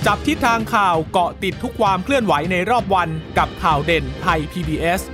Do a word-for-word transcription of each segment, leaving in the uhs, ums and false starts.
จับทิศทางข่าวเกาะติดทุกความเคลื่อนไหวในรอบวันกับข่าวเด่นไทย พี บี เอส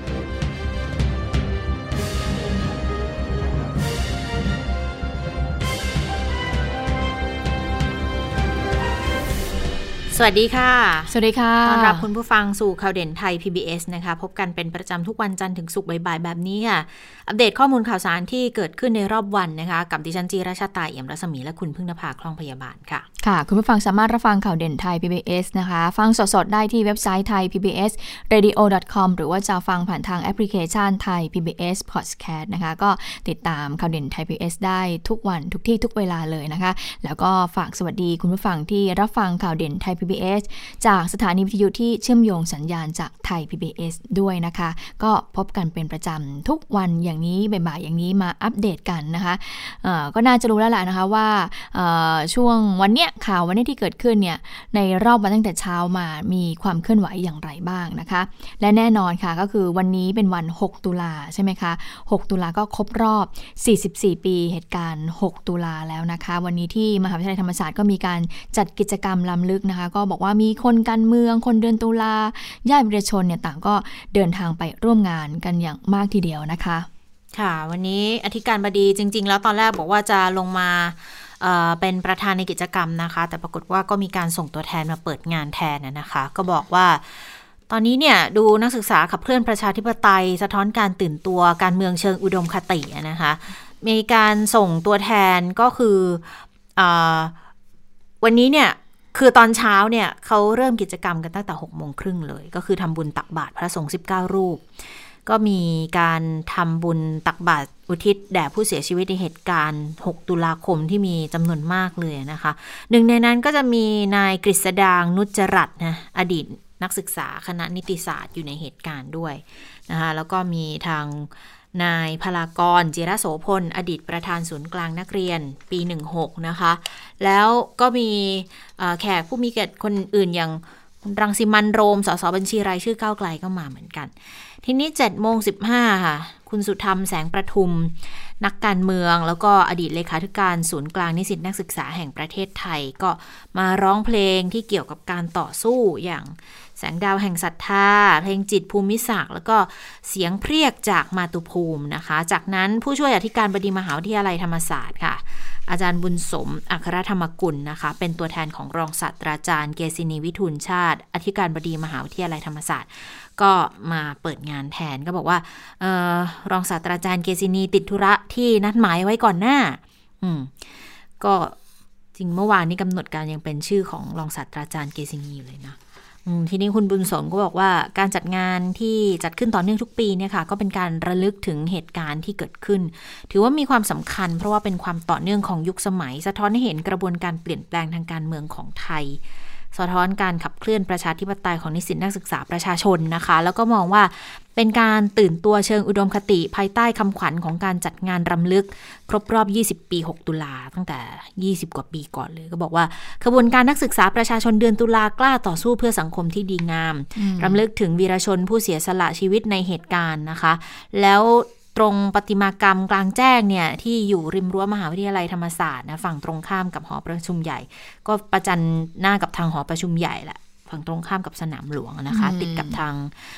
สวัสดีค่ะสวัสดีค่ะต้อนรับคุณผู้ฟังสู่ข่าวเด่นไทย พี บี เอส นะคะพบกันเป็นประจำทุกวันจันทร์ถึงศุกร์บ่ายๆแบบนี้ค่ะอัปเดตข้อมูลข่าวสารที่เกิดขึ้นในรอบวันนะคะกับดิฉันจีราชาตายเอี่ยมรัศมีและคุณพึ่งนภาคล่องพยาบาลค่ะค่ะคุณผู้ฟังสามารถรับฟังข่าวเด่นไทย พี บี เอส นะคะฟังสดๆได้ที่เว็บไซต์ไทย พี บี เอส เรดิโอ ดอท คอม หรือว่าจะฟังผ่านทางแอปพลิเคชันไทย พี บี เอส Podcast นะคะก็ติดตามข่าวเด่นไทย พี บี เอส ได้ทุกวันทุกที่ทุกเวลาเลยนะคะแล้วก็ฝากสวัสดีคุณผู้ฟังที่รับฟังข่าวเด่นไทย พี บี เอส จากสถานีวิทยุที่เชื่อมโยงสัญญาณจากไทย พี บี เอส ด้วยนะคะก็พบกันเป็นประจำทุกวันอย่างนี้บ่ายๆอย่างนี้มาอัปเดตกันนะคะก็น่าจะรู้แล้วแหละนะคะว่าช่วงวันเนี้ยข่าววันนี้ที่เกิดขึ้นเนี่ยในรอบวันตั้งแต่เช้ามามีความเคลื่อนไหวอย่างไรบ้างนะคะและแน่นอนค่ะก็คือวันนี้เป็นวันหกตุลาใช่ไหมคะหกตุลาก็ครบรอบสี่สิบสี่ปีเหตุการณ์หกตุลาแล้วนะคะวันนี้ที่มหาวิทยาลัยธรรมศาสตร์ก็มีการจัดกิจกรรมรำลึกนะคะก็บอกว่ามีคนการเมืองคนเดือนตุลาญาติประชาชนเนี่ยต่างก็เดินทางไปร่วมงานกันอย่างมากทีเดียวนะคะค่ะวันนี้อธิการบดีจริงๆแล้วตอนแรกบอกว่าจะลงมาเอ่อเป็นประธานในกิจกรรมนะคะแต่ปรากฏว่าก็มีการส่งตัวแทนมาเปิดงานแทนนะคะก็บอกว่าตอนนี้เนี่ยดูนักศึกษาขับเคลื่อนประชาธิปไตยสะท้อนการตื่นตัวการเมืองเชิงอุดมคตินะคะมีการส่งตัวแทนก็คือเอ่อวันนี้เนี่ยคือตอนเช้าเนี่ยเขาเริ่มกิจกรรมกันตั้งแต่หกโมงครึ่งเลยก็คือทำบุญตักบาตรพระสงฆ์สิบเก้ารูปก็มีการทำบุญตักบาตรอุทิศแด่ผู้เสียชีวิตในเหตุการณ์หกตุลาคมที่มีจำนวนมากเลยนะคะหนึ่งในนั้นก็จะมีนายกฤษดางนุจจรัตน์นะอดีตนักศึกษาคณะนิติศาสตร์อยู่ในเหตุการณ์ด้วยนะคะแล้วก็มีทางนายพลากรจิรโสพลอดีตประธานศูนย์กลางนักเรียนปีสิบหกนะคะแล้วก็มีแขกผู้มีเกียรติคนอื่นอย่างรังสิมันต์โรมสสบัญชีรายชื่อก้าวไกลก็มาเหมือนกันทีนี้ เจ็ดโมงสิบห้า ค่ะคุณสุธรรมแสงประทุมนักการเมืองแล้วก็อดีตเลขาธิการศูนย์กลางนิสิตนักศึกษาแห่งประเทศไทยก็มาร้องเพลงที่เกี่ยวกับการต่อสู้อย่างแสงดาวแห่งศรัทธาเพลงจิตภูมิศักดิ์แล้วก็เสียงเพรียกจากมาตุภูมินะคะจากนั้นผู้ช่วยอธิการบดีมหาวิทยาลัยธรรมศาสตร์ค่ะอาจารย์บุญสมอัครธรรมกุลนะคะเป็นตัวแทนของรองศาสตราจารย์เกษินีวิทูลชาติอธิการบดีมหาวิทยาลัยธรรมศาสตร์ก็มาเปิดงานแทนก็บอกว่าเอ่อรองศาสตราจารย์เกษินีติดธุระที่นัดหมายไว้ก่อนหน้าอืมก็จริงเมื่อวานนี้กำหนดการยังเป็นชื่อของรองศาสตราจารย์เกษินีอยู่เลยนะทีนี้คุณบุญสมก็บอกว่าการจัดงานที่จัดขึ้นต่อเนื่องทุกปีเนี่ยค่ะก็เป็นการระลึกถึงเหตุการณ์ที่เกิดขึ้นถือว่ามีความสำคัญเพราะว่าเป็นความต่อเนื่องของยุคสมัยสะท้อนให้เห็นกระบวนการเปลี่ยนแปลงทางการเมืองของไทยสะท้อนการขับเคลื่อนประชาธิปไตยของนิสิตนักศึกษาประชาชนนะคะแล้วก็มองว่าเป็นการตื่นตัวเชิงอุดมคติภายใต้คำขวัญของการจัดงานรำลึกครบรอบยี่สิบปีหกตุลาตั้งแต่ยี่สิบกว่าปีก่อนเลยก็บอกว่าขบวนการนักศึกษาประชาชนเดือนตุลากล้าต่อสู้เพื่อสังคมที่ดีงามรำลึกถึงวีรชนผู้เสียสละชีวิตในเหตุการณ์นะคะแล้วตรงประติมากรรมกลางแจ้งเนี่ยที่อยู่ริมรั้วมหาวิทยาลัยธรรมศาสตร์นะฝั่งตรงข้ามกับหอประชุมใหญ่ก็ประจันหน้ากับทางหอประชุมใหญ่แหละฝั่งตรงข้ามกับสนามหลวงนะคะติดกับทาง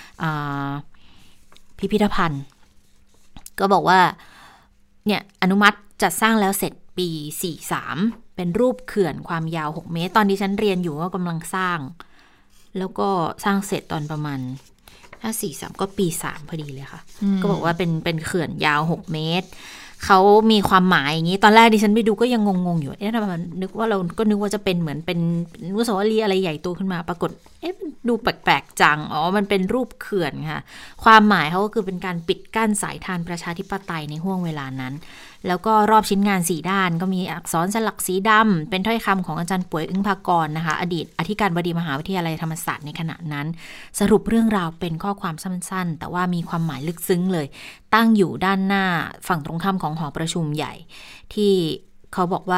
พิพิธภัณฑ์ก็บอกว่าเนี่ยอนุมัติจัดสร้างแล้วเสร็จปีสี่สิบสามเป็นรูปเขื่อนความยาวหกเมตรตอนที่ฉันเรียนอยู่ก็กำลังสร้างแล้วก็สร้างเสร็จตอนประมาณถ้าสี่สิบสามก็ปีสามพอดีเลยค่ะก็บอกว่าเป็นเป็นเขื่อนยาวหกเมตรเขามีความหมายอย่างนี้ตอนแรกดิฉันไปดูก็ยังงงๆอยู่เอ๊ะทำไมนึกว่าเราก็นึกว่าจะเป็นเหมือนเป็นอนุสาวรีย์อะไรใหญ่โตขึ้นมาปรากฏเอ๊ะดูแปลกๆจังอ๋อมันเป็นรูปเขื่อนค่ะความหมายเขาก็คือเป็นการปิดกั้นสายทานประชาธิปไตยในห้วงเวลานั้นแล้วก็รอบชิ้นงานสี่ด้านก็มีอักษรสลักสีดำเป็นถ้อยคำของอาจารย์ป่วยอึ้งภากรนะคะอดีตอธิการบดีมหาวิทยาลัยธรรมศาสตร์ในขณะนั้นสรุปเรื่องราวเป็นข้อความสั้นๆแต่ว่ามีความหมายลึกซึ้งเลยตั้งอยู่ด้านหน้าฝั่งตรงข้ามของหอประชุมใหญ่ที่เขาบอกว่า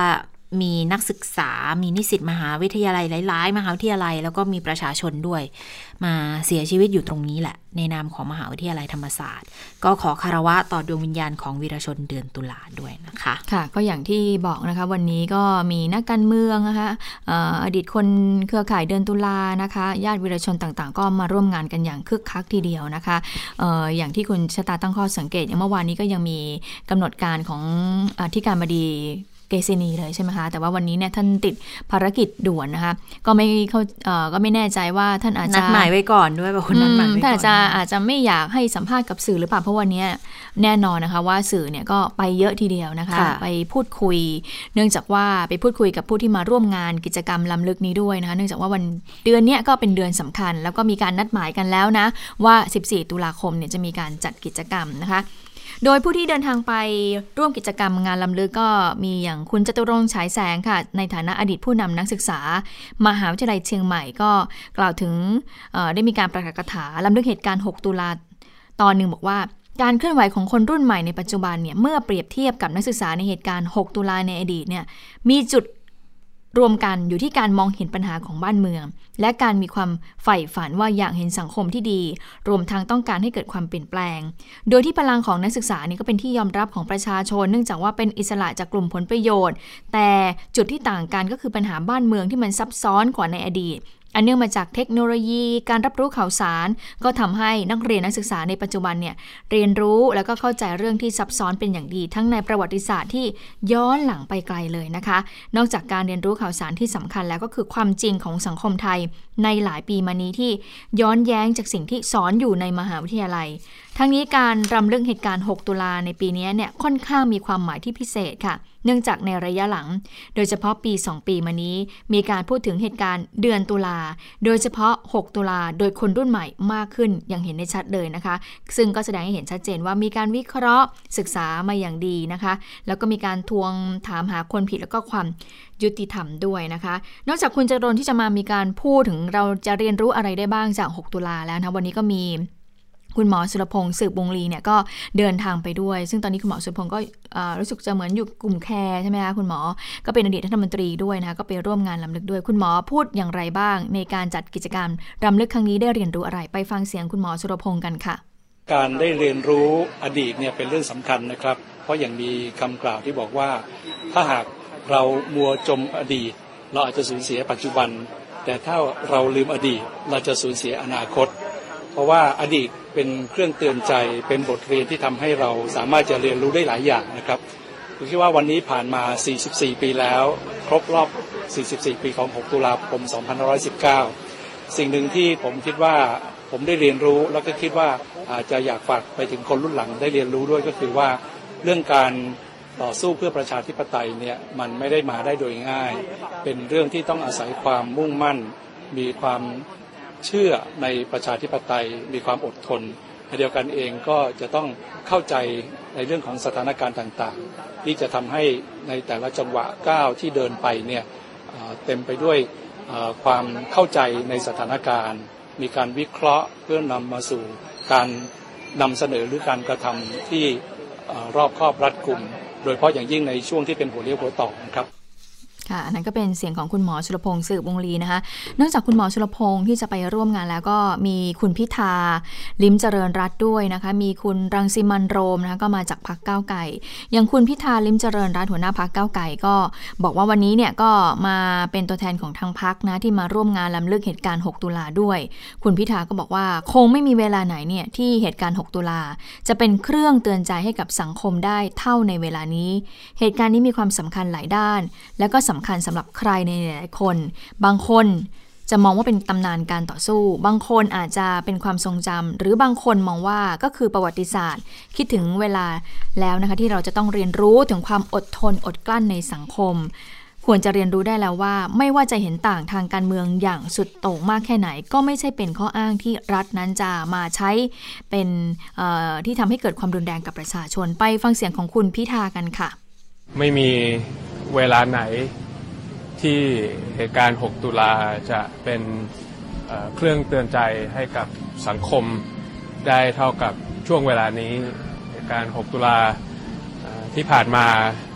มีนักศึกษามีนิสิตมหาวิทยาลัยหลายๆมหาวิทยาลัยแล้วก็มีประชาชนด้วยมาเสียชีวิตอยู่ตรงนี้แหละในนามของมหาวิทยาลัยธรรมศาสตร์ก็ขอคารวะต่อดวงวิญญาณของวีรชนเดือนตุลาด้วยนะคะค่ะก็อย่างที่บอกนะคะวันนี้ก็มีนักการเมืองนะคะอดีตคนเครือข่ายเดือนตุลานะคะญาติวีรชนต่างๆก็มาร่วมงานกันอย่างคึกคักทีเดียวนะคะ อ, ออย่างที่คุณชะตาตั้งข้อสังเกตอย่างเมื่อวานนี้ก็ยังมีกำหนดการของอธิการบดีเกษินีเลยใช่ไหมคะแต่ว่าวันนี้เนี่ยท่านติดภารกิจด่วนนะคะก็ไม่เขาเอ่อก็ไม่แน่ใจว่าท่านอาจจะนัดหมายไว้ก่อนด้วยแบบคนนัดหมายไว้ก่อนท่านอาจจะอาจจะไม่อยากให้สัมภาษณ์กับสื่อหรือเปล่าเพราะวันนี้แน่นอนนะคะว่าสื่อเนี่ยก็ไปเยอะทีเดียวนะคะไปพูดคุยเนื่องจากว่าไปพูดคุยกับผู้ที่มาร่วมงานกิจกรรมล้ำลึกนี้ด้วยนะคะเนื่องจากว่าวันเดือนนี้ก็เป็นเดือนสำคัญแล้วก็มีการนัดหมายกันแล้วนะว่าสิบสี่ตุลาคมเนี่ยจะมีการจัดกิจกรรมนะคะโดยผู้ที่เดินทางไปร่วมกิจกรรมงานล้ำลึกก็มีอย่างคุณจตุรงค์ฉายแสงค่ะในฐานะอดีตผู้นำนักศึกษามหาวิทยาลัยเชียงใหม่ก็กล่าวถึงได้มีการประกาศคาถาล้ำลึกเหตุการณ์หกตุลาตอนหนึ่งบอกว่าการเคลื่อนไหวของคนรุ่นใหม่ในปัจจุบันเนี่ยเมื่อเปรียบเทียบกับนักศึกษาในเหตุการณ์หกตุลาในอดีตเนี่ยมีจุดรวมกันอยู่ที่การมองเห็นปัญหาของบ้านเมืองและการมีความใฝ่ฝันว่าอยากเห็นสังคมที่ดีรวมทั้งต้องการให้เกิดความเปลี่ยนแปลงโดยที่พลังของนักศึกษานี่ก็เป็นที่ยอมรับของประชาชนเนื่องจากว่าเป็นอิสระจากกลุ่มผลประโยชน์แต่จุดที่ต่างกันก็คือปัญหาบ้านเมืองที่มันซับซ้อนกว่าในอดีตอันเนื่องมาจากเทคโนโลยีการรับรู้ข่าวสารก็ทำให้นักเรียนนักศึกษาในปัจจุบันเนี่ยเรียนรู้แล้วก็เข้าใจเรื่องที่ซับซ้อนเป็นอย่างดีทั้งในประวัติศาสตร์ที่ย้อนหลังไปไกลเลยนะคะนอกจากการเรียนรู้ข่าวสารที่สำคัญแล้วก็คือความจริงของสังคมไทยในหลายปีมานี้ที่ย้อนแย้งจากสิ่งที่สอนอยู่ในมหาวิทยาลัยทั้งนี้การรำลึกเหตุการณ์หกตุลาในปีนี้เนี่ยค่อนข้างมีความหมายที่พิเศษค่ะเนื่องจากในระยะหลังโดยเฉพาะปีสองปีมานี้มีการพูดถึงเหตุการณ์เดือนตุลาโดยเฉพาะหกตุลาโดยคนรุ่นใหม่มากขึ้นอย่างเห็นได้ชัดเลยนะคะซึ่งก็แสดงให้เห็นชัดเจนว่ามีการวิเคราะห์ศึกษามาอย่างดีนะคะแล้วก็มีการทวงถามหาคนผิดแล้วก็ความยุติธรรมด้วยนะคะนอกจากคุณจรณที่จะมามีการพูดถึงเราจะเรียนรู้อะไรได้บ้างจากหกตุลาแล้วนะวันนี้ก็มีคุณหมอสุรพงษ์สืบวงลีเนี่ยก็เดินทางไปด้วยซึ่งตอนนี้คุณหมอสุรพงษ์ก็รู้สึกจะเหมือนอยู่กลุ่มแคร์ใช่ไหมคะคุณหมอก็เป็นอดีตรัฐมนตรีด้วยนะคะก็ไปร่วมงานรำลึกด้วยคุณหมอพูดอย่างไรบ้างในการจัดกิจกรรมรำลึกครั้งนี้ได้เรียนรู้อะไรไปฟังเสียงคุณหมอสุรพงษ์กันค่ะการได้เรียนรู้อดีตเนี่ยเป็นเรื่องสำคัญนะครับเพราะอย่างมีคำกล่าวที่บอกว่าถ้าหากเรามัวจมอดีตเราอาจจะสูญเสียปัจจุบันแต่ถ้าเราลืมอดีตเราจะสูญเสียอนาคตเพราะว่าอดีตเป็นเครื่องเตือนใจเป็นบทเรียนที่ทำให้เราสามารถจะเรียนรู้ได้หลายอย่างนะครับผมคิดว่าวันนี้ผ่านมาสี่สิบสี่ปีแล้วครบรอบสี่สิบสี่ปีของหกตุลาคมสองพันห้าร้อยสิบเก้าสิ่งหนึ่งที่ผมคิดว่าผมได้เรียนรู้แล้วก็คิดว่าอาจจะอยากฝากไปถึงคนรุ่นหลังได้เรียนรู้ด้วยก็คือว่าเรื่องการต่อสู้เพื่อประชาธิปไตยเนี่ยมันไม่ได้มาได้โดยง่ายเป็นเรื่องที่ต้องอาศัยความมุ่งมั่นมีความเชื่อในประชาธิปไตยมีความอดทนในเดียวกันเองก็จะต้องเข้าใจในเรื่องของสถานการณ์ต่างๆที่จะทำให้ในแต่ละจังหวะก้าวที่เดินไปเนี่ยเต็มไปด้วยความเข้าใจในสถานการณ์มีการวิเคราะห์เพื่อนำมาสู่การนำเสนอหรือการกระทำที่รอบคอบรัดกุมโดยเฉพาะอย่างยิ่งในช่วงที่เป็นหัวเลี้ยวหัวต่อนะครับค่ะนั่นก็เป็นเสียงของคุณหมอชุลพงษ์สืบวงลีนะคะนอกจากคุณหมอชุลพงษ์ที่จะไปร่วมงานแล้วก็มีคุณพิธาลิ้มเจริญรัตน์ด้วยนะคะมีคุณรังสิมันต์โรมนะคะก็มาจากพรรคก้าวไกลอย่างคุณพิธาลิ้มเจริญรัตน์หัวหน้าพรรคก้าวไกลก็บอกว่าวันนี้เนี่ยก็มาเป็นตัวแทนของทางพรรคนะที่มาร่วมงานรำลึกเหตุการณ์หกตุลาด้วยคุณพิธาก็บอกว่าคงไม่มีเวลาไหนเนี่ยที่เหตุการณ์หกตุลาจะเป็นเครื่องเตือนใจให้กับสังคมได้เท่าในเวลานี้เหตุการณ์นี้มีความสำคัญหลายด้านแล้วก็สำคัญสำหรับใครในหลายคนบางคนจะมองว่าเป็นตำนานการต่อสู้บางคนอาจจะเป็นความทรงจำหรือบางคนมองว่าก็คือประวัติศาสตร์คิดถึงเวลาแล้วนะคะที่เราจะต้องเรียนรู้ถึงความอดทนอดกลั้นในสังคมควรจะเรียนรู้ได้แล้วว่าไม่ว่าจะเห็นต่างทางการเมืองอย่างสุดโต่งมากแค่ไหนก็ไม่ใช่เป็นข้ออ้างที่รัฐนั้นจะมาใช้เป็นที่ทำให้เกิดความรุนแรงกับประชาชนไปฟังเสียงของคุณพิธากันค่ะไม่มีเวลาไหนที่เหตุการณ์หกตุลาจะเป็นเครื่องเตือนใจให้กับสังคมได้เท่ากับช่วงเวลานี้เหตุการณ์หกตุลาที่ผ่านมา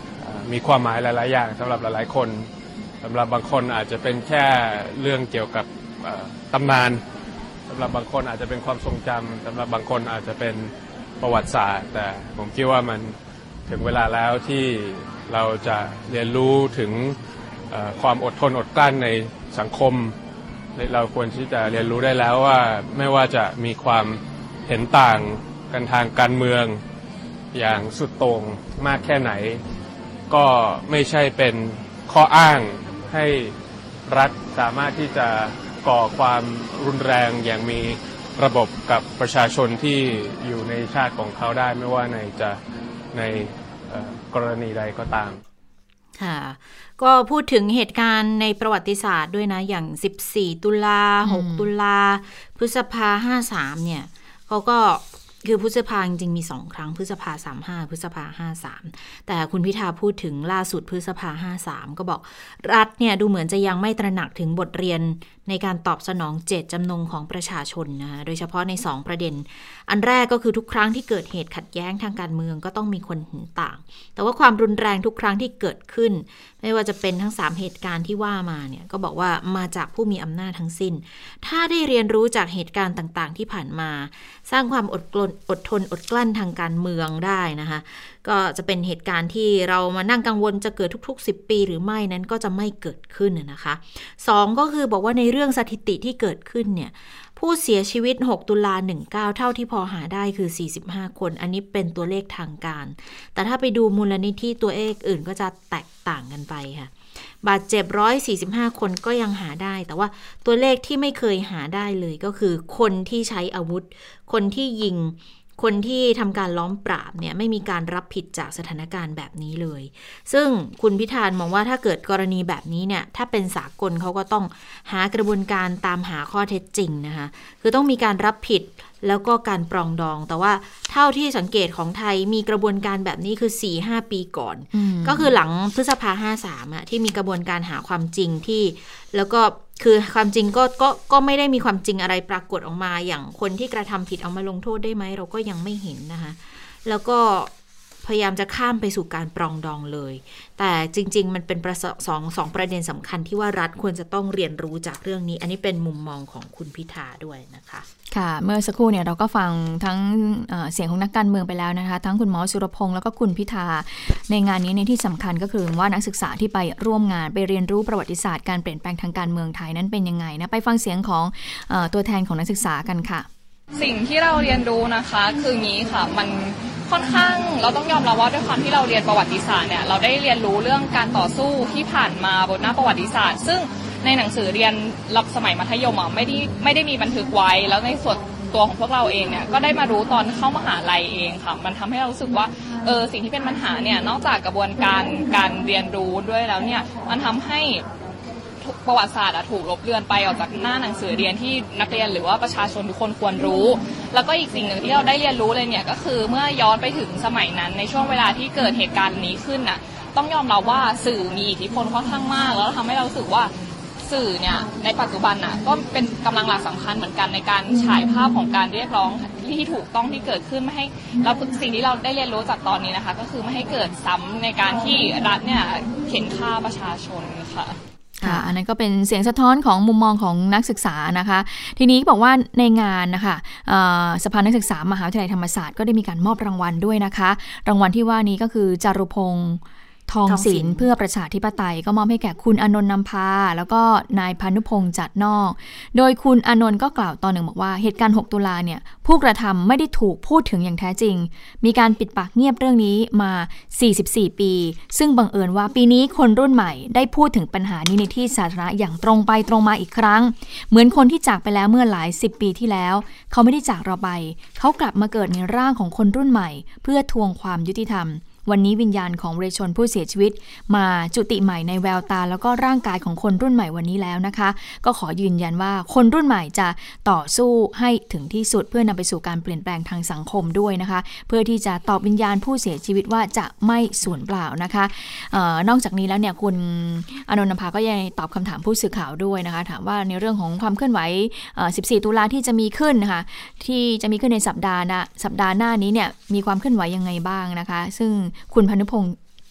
มีความหมายหลายๆอย่างสำหรับหลายๆคนสำหรับบางคนอาจจะเป็นแค่เรื่องเกี่ยวกับตำนานสำหรับบางคนอาจจะเป็นความทรงจำสำหรับบางคนอาจจะเป็นประวัติศาสตร์แต่ผมคิดว่ามันถึงเวลาแล้วที่เราจะเรียนรู้ถึงความอดทนอดกลั้นในสังคมเราควรที่จะเรียนรู้ได้แล้วว่าไม่ว่าจะมีความเห็นต่างกันทางการเมืองอย่างสุดโต่งมากแค่ไหนก็ไม่ใช่เป็นข้ออ้างให้รัฐสามารถที่จะก่อความรุนแรงอย่างมีระบบกับประชาชนที่อยู่ในชาติของเขาได้ไม่ว่าในจะในกรณีใดก็ตามค่ะก็พูดถึงเหตุการณ์ในประวัติศาสตร์ด้วยนะอย่างสิบสี่ตุลาหกตุลาพฤษภาห้าสิบสามเนี่ยเขาก็คือพฤษภาจริงๆมีสองครั้งพฤษภาสามสิบห้าพฤษภาห้าสิบสามแต่คุณพิธาพูดถึงล่าสุดพฤษภาห้าสิบสามก็บอกรัฐเนี่ยดูเหมือนจะยังไม่ตระหนักถึงบทเรียนในการตอบสนองเจตจำนงของประชาชนนะคะโดยเฉพาะในสองประเด็นอันแรกก็คือทุกครั้งที่เกิดเหตุขัดแย้งทางการเมืองก็ต้องมีคนเห็นต่างแต่ว่าความรุนแรงทุกครั้งที่เกิดขึ้นไม่ว่าจะเป็นทั้งสามเหตุการณ์ที่ว่ามาเนี่ยก็บอกว่ามาจากผู้มีอำนาจทั้งสิ้นถ้าได้เรียนรู้จากเหตุการณ์ต่างๆที่ผ่านมาสร้างความอดกลั้นอดทนอดกลั้นทางการเมืองได้นะคะก็จะเป็นเหตุการณ์ที่เรามานั่งกังวลจะเกิดทุกๆสิบปีหรือไม่นั้นก็จะไม่เกิดขึ้นนะคะสองก็คือบอกว่าในเรื่องสถิติที่เกิดขึ้นเนี่ยผู้เสียชีวิตหกตุลาสิบเก้าเท่าที่พอหาได้คือสี่สิบห้าคนอันนี้เป็นตัวเลขทางการแต่ถ้าไปดูมูลนิธิตัวเลขอื่นก็จะแตกต่างกันไปค่ะบาดเจ็บหนึ่งร้อยสี่สิบห้าคนก็ยังหาได้แต่ว่าตัวเลขที่ไม่เคยหาได้เลยก็คือคนที่ใช้อาวุธคนที่ยิงคนที่ทำการล้อมปราบเนี่ยไม่มีการรับผิดจากสถานการณ์แบบนี้เลยซึ่งคุณพิธามองว่าถ้าเกิดกรณีแบบนี้เนี่ยถ้าเป็นสากลเขาก็ต้องหากระบวนการตามหาข้อเท็จจริงนะคะคือต้องมีการรับผิดแล้วก็การปรองดองแต่ว่าเท่าที่สังเกตของไทยมีกระบวนการแบบนี้คือ สี่ห้า ปีก่อนก็คือหลังพฤษภาห้าสิบสามอะที่มีกระบวนการหาความจริงที่แล้วก็คือความจริงก็ก็ก็ไม่ได้มีความจริงอะไรปรากฏออกมาอย่างคนที่กระทำผิดเอามาลงโทษได้ไหมเราก็ยังไม่เห็นนะคะแล้วก็พยายามจะข้ามไปสู่การปรองดองเลยแต่จริงๆมันเป็นประสองสองประเด็นสำคัญที่ว่ารัฐควรจะต้องเรียนรู้จากเรื่องนี้อันนี้เป็นมุมมองของคุณพิธาด้วยนะคะค่ะเมื่อสักครู่เนี่ยเราก็ฟังทั้งเอ่อเสียงของนักการเมืองไปแล้วนะคะทั้งคุณหมอสุรพงษ์แล้วก็คุณพิธาในงานนี้ในที่สำคัญก็คือว่านักศึกษาที่ไปร่วมงานไปเรียนรู้ประวัติศาสตร์การเปลี่ยนแปลงทางการเมืองไทยนั้นเป็นยังไงนะไปฟังเสียงของเอ่อตัวแทนของนักศึกษากันค่ะสิ่งที่เราเรียนรู้นะคะคืองี้ค่ะมันค่อนข้างเราต้องยอมรับว่าด้วยความที่เราเรียนประวัติศาสตร์เนี่ยเราได้เรียนรู้เรื่องการต่อสู้ที่ผ่านมาบนหน้าประวัติศาสตร์ซึ่งในหนังสือเรียนรับสมัยมัธยมอ่ะไม่ได้ไม่ได้มีบันทึกไว้แล้วในส่วนตัวของพวกเราเองเนี่ยก็ได้มารู้ตอนเข้ามหาลัยเองค่ะมันทำให้เรารู้สึกว่าเออสิ่งที่เป็นปัญหาเนี่ยนอกจากกระบวนการการเรียนรู้ด้วยแล้วเนี่ยมันทำให้ประวัติศาสตร์ถูกลบเลือนไปออกจากหน้าหนังสือเรียนที่นักเรียนหรือว่าประชาชนทุกคนควรรู้แล้วก็อีกสิ่งหนึ่งที่เราได้เรียนรู้เลยเนี่ยก็คือเมื่อย้อนไปถึงสมัยนั้นในช่วงเวลาที่เกิดเหตุการณ์นี้ขึ้นน่ะต้องยอมรับว่าสื่อมีอิทธิพลค่อนข้างมากแล้วทำให้เรารู้สึกว่าสื่อเนี่ยในปัจจุบันน่ะก็เป็นกำลังหลักสำคัญเหมือนกันในการฉายภาพของการเรียกร้องที่ถูกต้องที่เกิดขึ้นไม่ให้แล้วสิ่งที่เราได้เรียนรู้จากตอนนี้นะคะก็คือไม่ให้เกิดซ้ำในการที่รัฐเนี่ยเข็นฆ่าประชาชนค่ะค่ะอันนั้นก็เป็นเสียงสะท้อนของมุมมองของนักศึกษานะคะทีนี้บอกว่าในงานนะคะสภานักศึกษามหาวิทยาลัยธรรมศาสตร์ก็ได้มีการมอบรางวัลด้วยนะคะรางวัลที่ว่านี้ก็คือจารุพงษ์ทองศิลป์เพื่อประชาธิปไตยก็มอบให้แก่คุณอนนท์นำพาแล้วก็นายพานุพงษ์จัดนอกโดยคุณอนนท์ก็กล่าวตอนหนึ่งบอกว่าเหตุการณ์หกตุลาเนี่ยผู้กระทำไม่ได้ถูกพูดถึงอย่างแท้จริงมีการปิดปากเงียบเรื่องนี้มาสี่สิบสี่ปีซึ่งบังเอิญว่าปีนี้คนรุ่นใหม่ได้พูดถึงปัญหานี้ในที่สาธารณะอย่างตรงไปตรงมาอีกครั้งเหมือนคนที่จากไปแล้วเมื่อหลายสิบปีที่แล้วเขาไม่ได้จากเราไปเขากลับมาเกิดในร่างของคนรุ่นใหม่เพื่อทวงความยุติธรรมวันนี้วิญญาณของเรชนผู้เสียชีวิตมาจุติใหม่ในแววตาแล้วก็ร่างกายของคนรุ่นใหม่วันนี้แล้วนะคะก็ขอยืนยันว่าคนรุ่นใหม่จะต่อสู้ให้ถึงที่สุดเพื่อนำไปสู่การเปลี่ยนแปลงทางสังคมด้วยนะคะเพื่อที่จะตอบวิญญาณผู้เสียชีวิตว่าจะไม่สูญเปล่านะคะเอ่อนอกจากนี้แล้วเนี่ยคุณอนนท์นภาก็ยังตอบคำถามผู้สื่อข่าวด้วยนะคะถามว่าในเรื่องของความเคลื่อนไหวสิบสี่ตุลาที่จะมีขึ้นนะคะที่จะมีขึ้นในสัปดาห์หน้าสัปดาห์หน้านี้เนี่ยมีความเคลื่อนไหวยังไงบ้างนะคะซึ่งคุณพานุพงษ์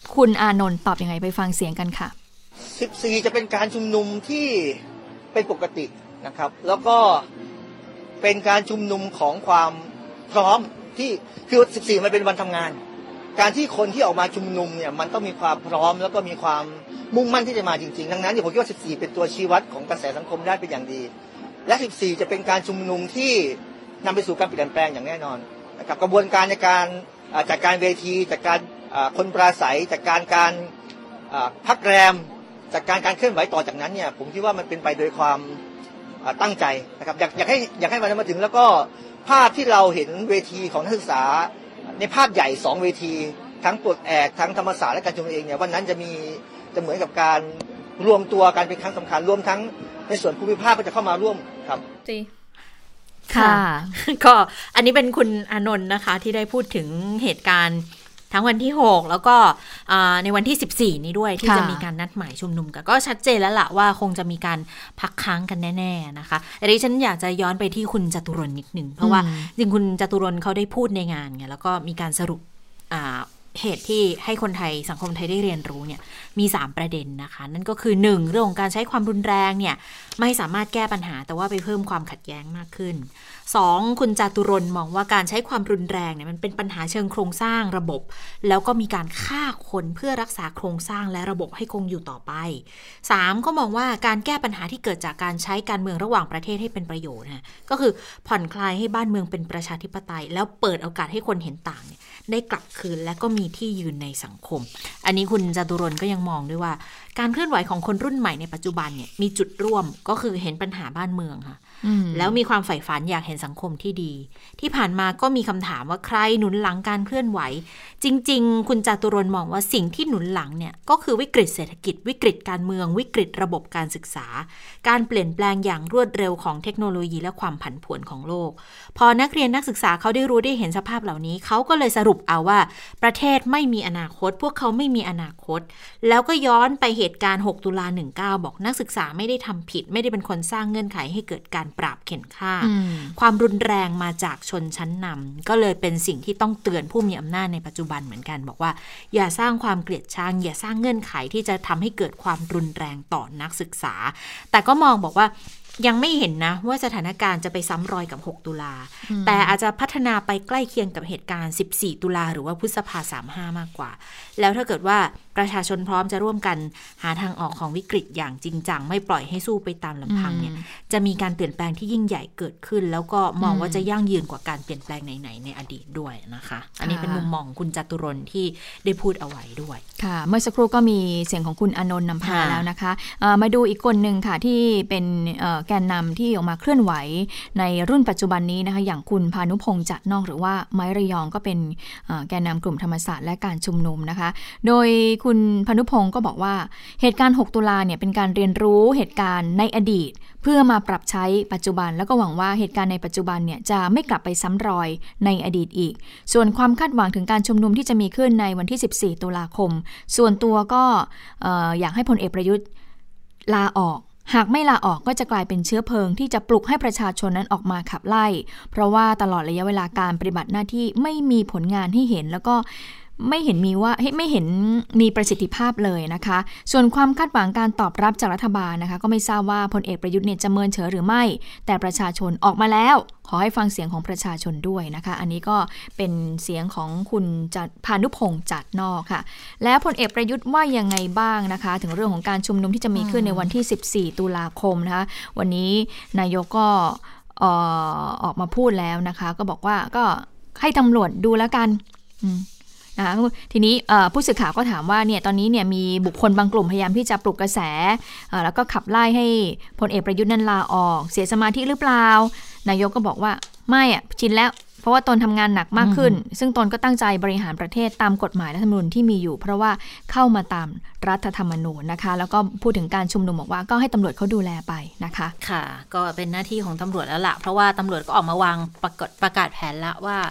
คุณอานนท์ตอบยังไงไปฟังเสียงกันค่ะสิบสี่จะเป็นการชุมนุมที่เป็นปกตินะครับแล้วก็เป็นการชุมนุมของความพร้อมที่คือสิบสี่มันเป็นวันทำงานการที่คนที่ออกมาชุมนุมเนี่ยมันต้องมีความพร้อมแล้วก็มีความมุ่งมั่นที่จะมาจริงๆดังนั้นผมคิดว่าสิบสี่เป็นตัวชี้วัดของกระแสสังคมได้เป็นอย่างดีและสิบสี่จะเป็นการชุมนุมที่นำไปสู่การเปลี่ยนแปลงอย่างแน่นอนนะครับกระบวนการในการจัดการเวทีจัดการคนปราศัยจัดการการพักแรมจัดการการเคลื่อนไหวต่อจากนั้นเนี่ยผมคิดว่ามันเป็นไปโดยความตั้งใจนะครับอยากอยากให้อยากให้มันมาถึงแล้วก็ภาพที่เราเห็นเวทีของนักศึกษาในภาพใหญ่สองเวทีทั้งปลดแอกทั้งธรรมศาสตร์และการชุมนุมเองเนี่ยวันนั้นจะมีจะเหมือนกับการรวมตัวกันเป็นครั้งสำคัญรวมทั้งในส่วนภูมิภาคก็จะเข้ามาร่วมครับค่ะก็อันนี้เป็นคุณอานนท์นะคะที่ได้พูดถึงเหตุการณ์ทั้งวันที่หกแล้วก็ในวันที่สิบสี่นี้ด้วยที่จะมีการนัดหมายชุมนุมกันก็ชัดเจนแล้วล่ะว่าคงจะมีการพักค้างกันแน่ๆนะคะแต่ดิฉันอยากจะย้อนไปที่คุณจตุรนต์นิดนึงเพราะว่าจริงคุณจตุรนต์เขาได้พูดในงานไงแล้วก็มีการสรุปเหตุที่ให้คนไทยสังคมไทยได้เรียนรู้เนี่ยมีสามประเด็นนะคะนั่นก็คือหนึ่งเรื่องของการใช้ความรุนแรงเนี่ยไม่สามารถแก้ปัญหาแต่ว่าไปเพิ่มความขัดแย้งมากขึ้นสองคุณจตุรนต์มองว่าการใช้ความรุนแรงเนี่ยมันเป็นปัญหาเชิงโครงสร้างระบบแล้วก็มีการฆ่าคนเพื่อรักษาโครงสร้างและระบบให้คงอยู่ต่อไปสามก็มองว่าการแก้ปัญหาที่เกิดจากการใช้การเมืองระหว่างประเทศให้เป็นประโยชน์นะก็คือผ่อนคลายให้บ้านเมืองเป็นประชาธิปไตยแล้วเปิดโอกาสให้คนเห็นต่างเนี่ยได้กลับคืนและก็มีที่ยืนในสังคมอันนี้คุณจตุรนต์ก็ยังมองด้วยว่าการเคลื่อนไหวของคนรุ่นใหม่ในปัจจุบันเนี่ยมีจุดร่วมก็คือเห็นปัญหาบ้านเมืองค่ะแล้วมีความใฝ่ฝันอยากเห็นสังคมที่ดีที่ผ่านมาก็มีคำถามว่าใครหนุนหลังการเคลื่อนไหวจริงๆคุณจตุรนต์มองว่าสิ่งที่หนุนหลังเนี่ยก็คือวิกฤตเศรษฐกิจวิกฤตการเมืองวิกฤตระบบการศึกษาการเปลี่ยนแปลงอย่างรวดเร็วของเทคโนโลยีและความผันผวนของโลกพอนักเรียนนักศึกษาเขาได้รู้ได้เห็นสภาพเหล่านี้เขาก็เลยสรุปเอาว่าประเทศไม่มีอนาคตพวกเขาไม่มีอนาคตแล้วก็ย้อนไปเหตุการณ์หกตุลาหนึ่งเก้าบอกนักศึกษาไม่ได้ทำผิดไม่ได้เป็นคนสร้างเงื่อนไขให้เกิดการปราบเข็นฆ่าความรุนแรงมาจากชนชั้นนำก็เลยเป็นสิ่งที่ต้องเตือนผู้มีอำนาจในปัจจุบันเหมือนกันบอกว่าอย่าสร้างความเกลียดชังอย่าสร้างเงื่อนไขที่จะทำให้เกิดความรุนแรงต่อนักศึกษาแต่ก็มองบอกว่ายังไม่เห็นนะว่าสถานการณ์จะไปซ้ำรอยกับหกตุลาแต่อาจจะพัฒนาไปใกล้เคียงกับเหตุการณ์สิบสี่ตุลาหรือว่าพฤษภาสามสิบห้ามากกว่าแล้วถ้าเกิดว่าประชาชนพร้อมจะร่วมกันหาทางออกของวิกฤตอย่างจริงจังไม่ปล่อยให้สู้ไปตามลำพังเนี่ยจะมีการเปลี่ยนแปลงที่ยิ่งใหญ่เกิดขึ้นแล้วก็มองว่าจะยั่งยืนกว่าการเปลี่ยนแปลงไหนๆในอดีตด้วยนะคะอันนี้เป็นมุมมองคุณจตุรนต์ที่ได้พูดเอาไว้ด้วยค่ะเมื่อสักครู่ก็มีเสียงของคุณอานนท์นำพาแล้วนะคะมาดูอีกคนนึงค่ะที่เป็นแกนนำที่ออกมาเคลื่อนไหวในรุ่นปัจจุบันนี้นะคะอย่างคุณพานุพงษ์จัดนอกหรือว่าไม้ระยองก็เป็นแกนนำกลุ่มธรรมศาสตร์และการชุมนุมนะคะโดยคุณพานุพงษ์ก็บอกว่าเหตุการณ์หกตุลาเนี่ยเป็นการเรียนรู้เหตุการณ์ในอดีตเพื่อมาปรับใช้ปัจจุบันแล้วก็หวังว่าเหตุการณ์ในปัจจุบันเนี่ยจะไม่กลับไปซ้ำรอยในอดีตอีกส่วนความคาดหวังถึงการชุมนุมที่จะมีขึ้นในวันที่สิบสี่ตุลาคมส่วนตัวก็อยากให้พลเอกประยุทธ์ลาออกหากไม่ลาออกก็จะกลายเป็นเชื้อเพลิงที่จะปลุกให้ประชาชนนั้นออกมาขับไล่เพราะว่าตลอดระยะเวลาการปฏิบัติหน้าที่ไม่มีผลงานให้เห็นแล้วก็ไม่เห็นมีว่าไม่เห็นมีประสิทธิภาพเลยนะคะส่วนความคาดหวังการตอบรับจากรัฐบาลนะคะก็ไม่ทราบว่าพลเอกประยุทธ์เนี่ยจะเมินเฉยหรือไม่แต่ประชาชนออกมาแล้วขอให้ฟังเสียงของประชาชนด้วยนะคะอันนี้ก็เป็นเสียงของคุณพานุพงษ์จัดนอกค่ะแล้วพลเอกประยุทธ์ว่ายังไงบ้างนะคะถึงเรื่องของการชุมนุมที่จะมีขึ้นในวันที่สิบสี่ตุลาคมนะคะวันนี้นายกก็ออกมาพูดแล้วนะคะก็บอกว่าก็ให้ตำรวจดูแล้วกันนะทีนี้ผู้สื่อข่าวก็ถามว่าเนี่ยตอนนี้เนี่ยมีบุคคลบางกลุ่มพยายามที่จะปลุกกระแสแล้วก็ขับไล่ให้พลเอกประยุทธ์นั้นลาออกเสียสมาธิหรือเปล่านายกก็บอกว่าไม่อ่ะชินแล้วเพราะว่าตนทำงานหนักมากขึ้นซึ่งตนก็ตั้งใจบริหารประเทศตามกฎหมายรัฐธรรมนูญที่มีอยู่เพราะว่าเข้ามาตามรัฐธรรมนูญนะคะแล้วก็พูดถึงการชุมนุมบอกว่าก็ให้ตำรวจเขาดูแลไปนะคะค่ะก็เป็นหน้าที่ของตำรวจแล้วล่ะเพราะว่าตำรวจก็ออกมาวางประกาศประกาศแผนแล้วว่า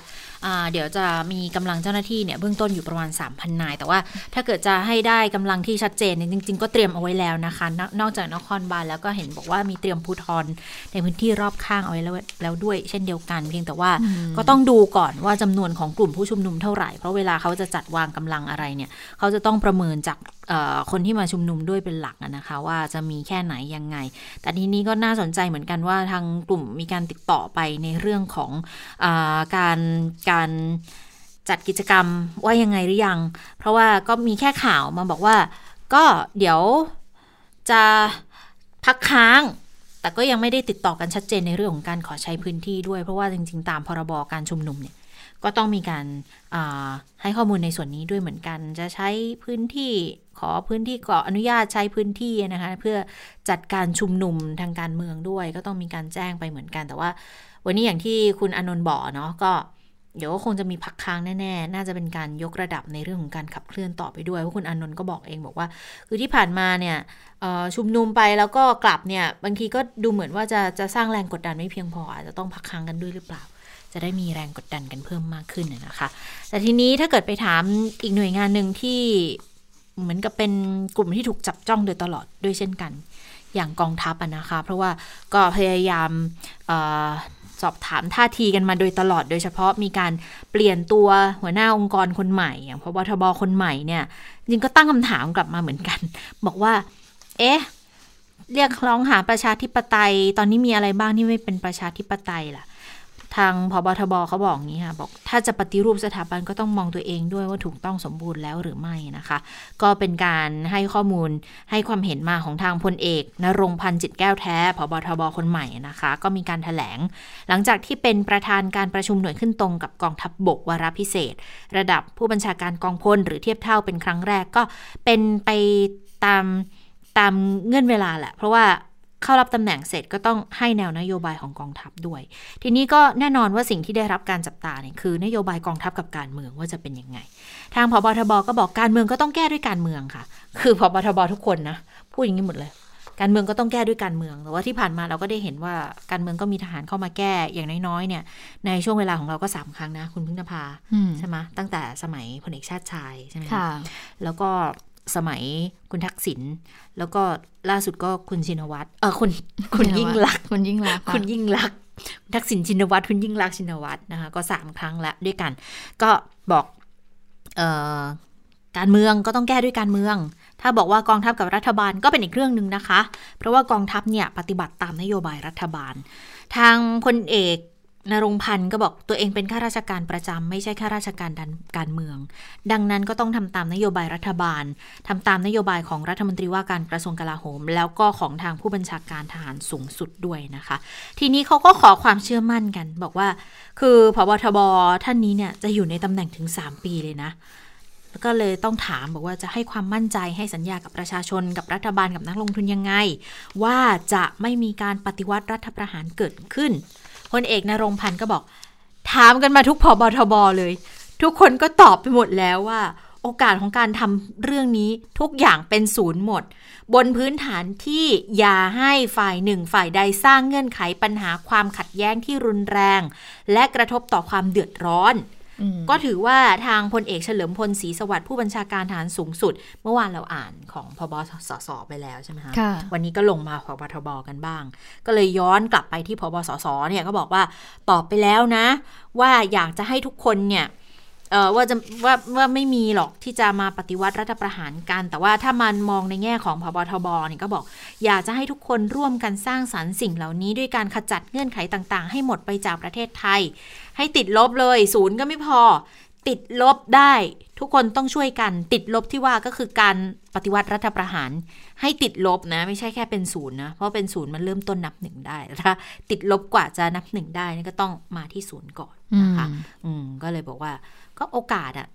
เดี๋ยวจะมีกำลังเจ้าหน้าที่เนี่ยเบื้องต้นอยู่ประมาณ สามพัน นายแต่ว่าถ้าเกิดจะให้ได้กำลังที่ชัดเจนเนี่ยจริงๆก็เตรียมเอาไว้แล้วนะคะน, นอกจากนครบาลแล้วก็เห็นบอกว่ามีเตรียมภูธรในพื้นที่รอบข้างเอาไว้แล้วแล้วด้วยเช่นเดียวกันเพียงแต่ว่าก็ต้องดูก่อนว่าจำนวนของกลุ่มผู้ชุมนุมเท่าไหร่เพราะเวลาเขาจะจัดวางกำลังอะไรเนี่ยเขาจะต้องประเมินจากคนที่มาชุมนุมด้วยเป็นหลักนะคะว่าจะมีแค่ไหนยังไงแต่ทีนี้ก็น่าสนใจเหมือนกันว่าทางกลุ่มมีการติดต่อไปในเรื่องของอ่าการการจัดกิจกรรมว่ายังไงหรือยังเพราะว่าก็มีแค่ข่าวมาบอกว่าก็เดี๋ยวจะพักค้างแต่ก็ยังไม่ได้ติดต่อกันชัดเจนในเรื่องของการขอใช้พื้นที่ด้วยเพราะว่าจริงๆตามพรบการชุมนุมเนี่ยก็ต้องมีการให้ข้อมูลในส่วนนี้ด้วยเหมือนกันจะใช้พื้นที่ขอพื้นที่ขออนุญาตใช้พื้นที่นะคะเพื่อจัดการชุมนุมทางการเมืองด้วยก็ต้องมีการแจ้งไปเหมือนกันแต่ว่าวันนี้อย่างที่คุณอานนท์บอกเนาะก็เดี๋ยวก็คงจะมีพักค้างแน่ๆน่าจะเป็นการยกระดับในเรื่องของการขับเคลื่อนต่อไปด้วยเพราะคุณอานนท์ก็บอกเองบอกว่าคือที่ผ่านมาเนี่ยชุมนุมไปแล้วก็กลับเนี่ยบางทีก็ดูเหมือนว่าจะจะสร้างแรงกดดันไม่เพียงพออาจจะต้องพักค้างกันด้วยหรือเปล่าจะได้มีแรงกดดันกันเพิ่มมากขึ้นนะคะแต่ทีนี้ถ้าเกิดไปถามอีกหน่วยงานหนึ่งที่เหมือนกับเป็นกลุ่มที่ถูกจับจ้องโดยตลอดด้วยเช่นกันอย่างกองทัพนะคะเพราะว่าก็พยายามเอ่อสอบถามท่าทีกันมาโดยตลอดโดยเฉพาะมีการเปลี่ยนตัวหัวหน้าองค์กรคนใหม่อย่างพบทบคนใหม่เนี่ยจริงก็ตั้งคำถามกลับมาเหมือนกันบอกว่าเอ๊ะเรียกร้องหาประชาธิปไตยตอนนี้มีอะไรบ้างที่ไม่เป็นประชาธิปไตยล่ะทางพบทบเขาบอกงี้ค่ะบอกถ้าจะปฏิรูปสถาบันก็ต้องมองตัวเองด้วยว่าถูกต้องสมบูรณ์แล้วหรือไม่นะคะก็เป็นการให้ข้อมูลให้ความเห็นมาของทางพลเอกณรงค์พันธ์จิตแก้วแท้พบทบคนใหม่นะคะก็มีการแถลงหลังจากที่เป็นประธานการประชุมหน่วยขึ้นตรงกับกองทัพบกวาระพิเศษระดับผู้บัญชาการกองพลหรือเทียบเท่าเป็นครั้งแรกก็เป็นไปตามตามเงื่อนเวลาแหละเพราะว่าเข้ารับตำแหน่งเสร็จก็ต้องให้แนวนโยบายของกองทัพด้วยทีนี้ก็แน่นอนว่าสิ่งที่ได้รับการจับตาเนี่ยคือนโยบายกองทัพกับการเมืองว่าจะเป็นยังไงทางผบทบก็บอกการเมืองก็ต้องแก้ด้วยการเมืองค่ะคือผบทบทุกคนนะพูดอย่างนี้หมดเลยการเมืองก็ต้องแก้ด้วยการเมืองแต่ว่าที่ผ่านมาเราก็ได้เห็นว่าการเมืองก็มีทหารเข้ามาแก้อย่างน้อยๆเนี่ยในช่วงเวลาของเราก็สามครั้งนะคุณพึ่งนภาใช่ไหมตั้งแต่สมัยพลเอกชาติชายใช่ไหมค่ะแล้วก็สมัยคุณทักษิณแล้วก็ล่าสุดก็คุณชินวัตรเออคุณคุณยิ่งลักษณ์คุณยิ่งลักษณ์คุณยิ่งลักษณ์ทักษิณชินวัตรคุณยิ่งลักษณ์ชินวัตรนะคะก็สามครั้งละด้วยกันก็บอกเอ่อการเมืองก็ต้องแก้ด้วยการเมืองถ้าบอกว่ากองทัพกับรัฐบาลก็เป็นอีกเรื่องนึงนะคะเพราะว่ากองทัพเนี่ยปฏิบัติตามนโยบายรัฐบาลทางพลเอกณรงค์พันธ์ก็บอกตัวเองเป็นข้าราชการประจำไม่ใช่ข้าราชการการเมืองดังนั้นก็ต้องทำตามนโยบายรัฐบาลทำตามนโยบายของรัฐมนตรีว่าการกระทรวงกลาโหมแล้วก็ของทางผู้บัญชาการทหารสูงสุดด้วยนะคะทีนี้เขาก็ขอความเชื่อมั่นกันบอกว่าคือผบทบท่านนี้เนี่ยจะอยู่ในตำแหน่งถึงสามปีเลยนะแล้วก็เลยต้องถามบอกว่าจะให้ความมั่นใจให้สัญญากับประชาชนกับรัฐบาลกับนักลงทุนยังไงว่าจะไม่มีการปฏิวัติรัฐประหารเกิดขึ้นพลเอกณรงค์พันธ์ก็บอกถามกันมาทุกผบทบเลยทุกคนก็ตอบไปหมดแล้วว่าโอกาสของการทำเรื่องนี้ทุกอย่างเป็นศูนย์หมดบนพื้นฐานที่อย่าให้ฝ่ายหนึ่งฝ่ายใดสร้างเงื่อนไขปัญหาความขัดแย้งที่รุนแรงและกระทบต่อความเดือดร้อนก็ถือว่าทางพลเอกเฉลิมพลศรีสวัสดิ์ผู้บัญชาการทหารสูงสุดเมื่อวานเราอ่านของพบสสไปแล้วใช่ไหมคะวันนี้ก็ลงมาพบทบกันบ้างก็เลยย้อนกลับไปที่พบสสเนี่ยก็บอกว่าตอบไปแล้วนะว่าอยากจะให้ทุกคนเนี่ยเอ่อว่าจะว่าว่าไม่มีหรอกที่จะมาปฏิวัติรัฐประหารกันแต่ว่าถ้ามันมองในแง่ของพบทบเนี่ยก็บอกอยากจะให้ทุกคนร่วมกันสร้างสรรค์สิ่งเหล่านี้ด้วยการขจัดเงื่อนไขต่างๆให้หมดไปจากประเทศไทยให้ติดลบเลยศูนย์ก็ไม่พอติดลบได้ทุกคนต้องช่วยกันติดลบที่ว่าก็คือการปฏิวัติรัฐประหารให้ติดลบนะไม่ใช่แค่เป็นศูนย์นะเพราะเป็นศูนย์มันเริ่มต้นนับหนึ่งได้ถ้าติดลบกว่าจะนับหนึ่งได้นี่ก็ต้องมาที่ศูนย์ก่อนนะคะอืมก็เลยบอกว่าก็โอกาสอะ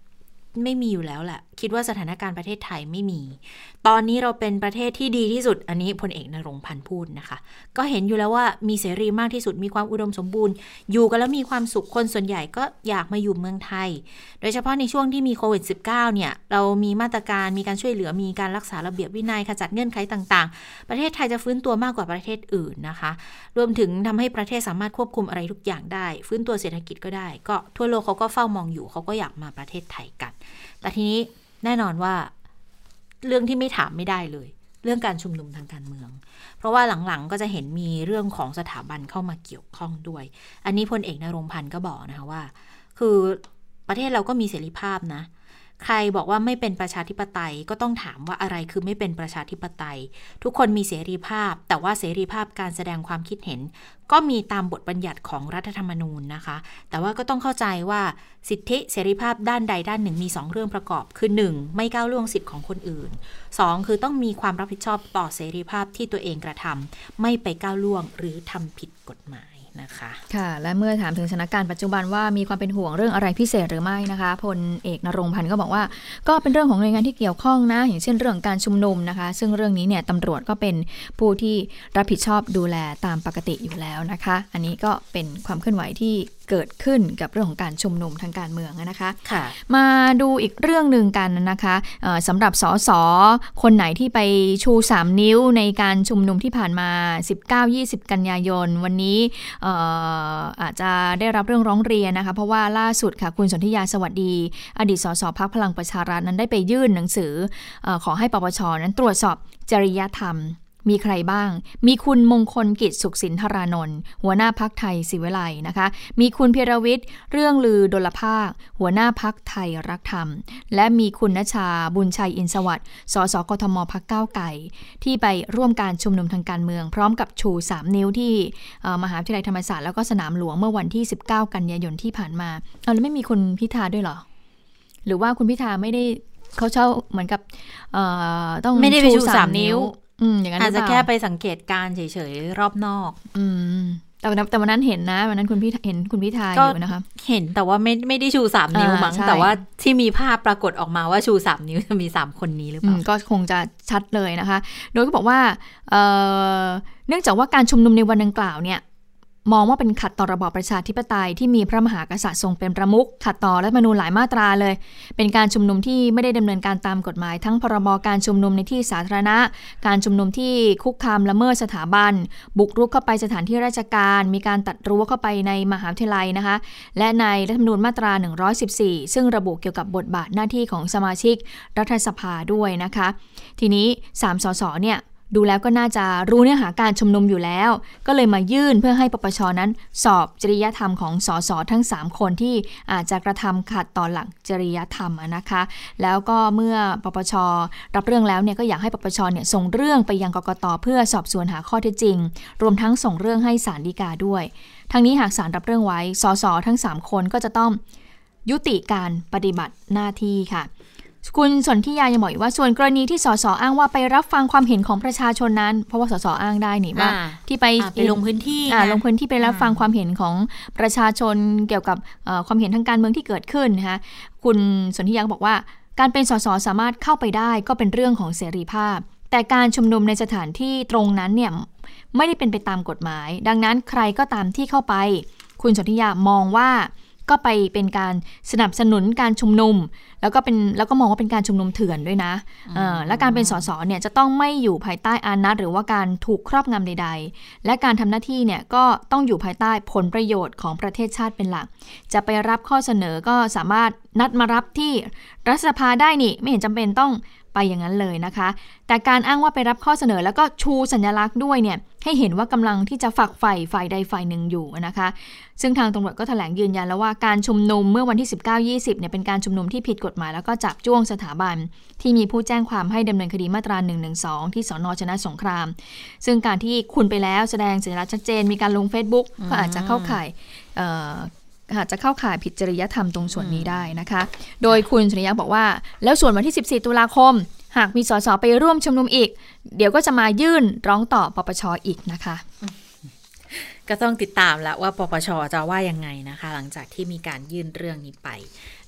ไม่มีอยู่แล้วแหละคิดว่าสถานการณ์ประเทศไทยไม่มีตอนนี้เราเป็นประเทศที่ดีที่สุดอันนี้พลเอกณรงค์พันธุ์พูดนะคะก็เห็นอยู่แล้วว่ามีเสรีมากที่สุดมีความอุดมสมบูรณ์อยู่กันแล้วมีความสุขคนส่วนใหญ่ก็อยากมาอยู่เมืองไทยโดยเฉพาะในช่วงที่มีโควิด สิบเก้า เนี่ยเรามีมาตรการมีการช่วยเหลือมีการรักษาระเบียบวินัยขจัดเงื่อนไขต่างๆประเทศไทยจะฟื้นตัวมากกว่าประเทศอื่นนะคะรวมถึงทำให้ประเทศสามารถควบคุมอะไรทุกอย่างได้ฟื้นตัวเศรษฐกิจก็ได้ก็ทั่วโลกเขาก็เฝ้ามองอยู่เขาก็อยากมาประเทศไทยกันแต่ทีนี้แน่นอนว่าเรื่องที่ไม่ถามไม่ได้เลยเรื่องการชุมนุมทางการเมืองเพราะว่าหลังๆก็จะเห็นมีเรื่องของสถาบันเข้ามาเกี่ยวข้องด้วยอันนี้พลเอกณรงค์พันธุ์ก็บอกนะคะว่าคือประเทศเราก็มีเสรีภาพนะใครบอกว่าไม่เป็นประชาธิปไตยก็ต้องถามว่าอะไรคือไม่เป็นประชาธิปไตยทุกคนมีเสรีภาพแต่ว่าเสรีภาพการแสดงความคิดเห็นก็มีตามบทบัญญัติของรัฐธรรมนูญนะคะแต่ว่าก็ต้องเข้าใจว่าสิทธิเสรีภาพด้านใดด้านหนึ่งมีสองเรื่องประกอบคือหนึ่งไม่ก้าวล่วงสิทธิของคนอื่นสองคือต้องมีความรับผิดชอบต่อเสรีภาพที่ตัวเองกระทำไม่ไปก้าวล่วงหรือทำผิดกฎหมายนะคะค่ะและเมื่อถามถึงสถานการณ์ปัจจุบันว่ามีความเป็นห่วงเรื่องอะไรพิเศษหรือไม่นะคะพลเอกณรงค์พันธุ์ก็บอกว่าก็เป็นเรื่องของหน่วยงานที่เกี่ยวข้องนะอย่างเช่นเรื่องการชุมนุมนะคะซึ่งเรื่องนี้เนี่ยตำรวจก็เป็นผู้ที่รับผิดชอบดูแลตามปกติอยู่แล้วนะคะอันนี้ก็เป็นความเคลื่อนไหวที่เกิดขึ้นกับเรื่องของการชุมนุมทางการเมืองนะคะค่ะมาดูอีกเรื่องนึงกันนะคะสำหรับสสคนไหนที่ไปชูสามนิ้วในการชุมนุมที่ผ่านมา สิบเก้า ยี่สิบ กันยายนวันนี้อาจจะได้รับเรื่องร้องเรียนนะคะเพราะว่าล่าสุดค่ะคุณสนธิยาสวัสดีอดีตสสพรรคพลังประชารัฐนั้นได้ไปยื่นหนังสือขอให้ปปชนั้นตรวจสอบจริยธรรมมีใครบ้างมีคุณมงคลกิจสุขสินธารานนท์หัวหน้าพรรคไทยศิวิไลนะคะมีคุณเพียรวิทย์เรื่องลือดลภาคหัวหน้าพรรคไทยรักธรรมและมีคุณณชาบุญชัยอินทร์สวัสดิ์สสกทมพรรคก้าวไก่ที่ไปร่วมการชุมนุมทางการเมืองพร้อมกับชูสามนิ้วที่มหาวิทยาลัยธรรมศาสตร์แล้วก็สนามหลวงเมื่อวันที่สิบเก้ากันยายนที่ผ่านมาเอาแล้วไม่มีคุณพิธาด้วยเหรอหรือว่าคุณพิธาไม่ได้เขาเช่าเหมือนกับต้องไม่ได้ไปชูสามนิ้วอาจจะแค่ไปสังเกตการเฉยๆรอบนอกอืมแต่แต่วันนั้นเห็นนะวันนั้นคุณพี่เห็นคุณพิธาอยู่นะคะเห็นแต่ว่าไม่ไม่ได้ชูสามนิ้วมั้งแต่ว่าที่มีภาพปรากฏออกมาว่าชูสามนิ้วจะมีสามคนนี้หรือเปล่าก็คงจะชัดเลยนะคะโดยก็บอกว่าเอ่อเนื่องจากว่าการชุมนุมในวันดังกล่าวเนี่ยมองว่าเป็นขัดต่อระบอบประชาธิปไตยที่มีพระมหากษัตริย์ทรงเป็นประมุขขัดต่อรัฐธรรมนูญหลายมาตราเลยเป็นการชุมนุมที่ไม่ได้ดำเนินการตามกฎหมายทั้งพรบการชุมนุมในที่สาธารณะการชุมนุมที่คุกคามละเมิดสถาบันบุกรุกเข้าไปสถานที่ราชการมีการตัดรั้วเข้าไปในมหาวิทยาลัยนะคะและในรัฐธรรมนูญมาตราหนึ่งร้อยสิบสี่ซึ่งระบุเกี่ยวกับบทบาทหน้าที่ของสมาชิกรัฐสภาด้วยนะคะทีนี้สามสสเนี่ยดูแล้วก็น่าจะรู้เนื้อหาการชุมนุมอยู่แล้วก็เลยมายื่นเพื่อให้ปปชนั้นสอบจริยธรรมของสสทั้งสามคนที่อาจจะกระทำขัดต่อหลักจริยธรรมนะคะแล้วก็เมื่อปปชรับเรื่องแล้วเนี่ยก็อยากให้ปปชเนี่ยส่งเรื่องไปยังกกต.เพื่อสอบสวนหาข้อเท็จจริงรวมทั้งส่งเรื่องให้ศาลฎีกาด้วยทั้งนี้หากศาลรับเรื่องไว้สสทั้งสามคนก็จะต้องยุติการปฏิบัติหน้าที่ค่ะคุณสนธิยายังบอกว่าส่วนกรณีที่สสอ้างว่าไปรับฟังความเห็นของประชาชนนั้นเพราะว่าสสอ้างได้นี่ว่าที่ไปไปลงพื้นที่ลงพื้นที่ไปรับฟังความเห็นของประชาชนเกี่ยวกับความเห็นทางการเมืองที่เกิดขึ้นนะคะคุณสนธิยาบอกว่าการเป็นสสสามารถเข้าไปได้ก็เป็นเรื่องของเสรีภาพแต่การชุมนุมในสถานที่ตรงนั้นเนี่ยไม่ได้เป็นไปตามกฎหมายดังนั้นใครก็ตามที่เข้าไปคุณสนธิยามองว่าก็ไปเป็นการสนับสนุนการชุมนุมแล้วก็เป็นแล้วก็มองว่าเป็นการชุมนุมเถื่อนด้วยนะและการเป็นสสเนี่ยจะต้องไม่อยู่ภายใต้อานัตหรือว่าการถูกครอบงำใดๆและการทำหน้าที่เนี่ยก็ต้องอยู่ภายใต้ผลประโยชน์ของประเทศชาติเป็นหลักจะไปรับข้อเสนอก็สามารถนัดมารับที่รัฐสภาได้นี่ไม่เห็นจำเป็นต้องไปอย่างนั้นเลยนะคะแต่การอ้างว่าไปรับข้อเสนอแล้วก็ชูสัญลักษณ์ด้วยเนี่ยให้เห็นว่ากำลังที่จะฝักใฝ่ฝ่ายใดฝ่ายหนึ่งอยู่นะคะซึ่งทางตำรวจก็แถลงยืนยันแล้วว่าการชุมนุมเมื่อวันที่ สิบเก้า ยี่สิบเนี่ยเป็นการชุมนุมที่ผิดกฎหมายแล้วก็จับจ้วงสถาบันที่มีผู้แจ้งความให้ดำเนินคดีมาตราหนึ่งหนึ่งสองที่สน.ชนะสงครามซึ่งการที่คุณไปแล้วแสดงสัญลักษณ์ชัดเจนมีการลง Facebook ก็อาจจะเข้าข่ายอาจจะเข้าข่ายผิดจริยธรรมตรงส่วนนี้ได้นะคะโดยคุณสุริยะบอกว่าแล้วส่วนวันที่สิบสี่ตุลาคมหากมีสสไปร่วมชุมนุมอีกเดี๋ยวก็จะมายื่นร้องต่อปปชอีกนะคะก็ต้องติดตามแล้วว่าปปชจะว่ายังไงนะคะหลังจากที่มีการยื่นเรื่องนี้ไป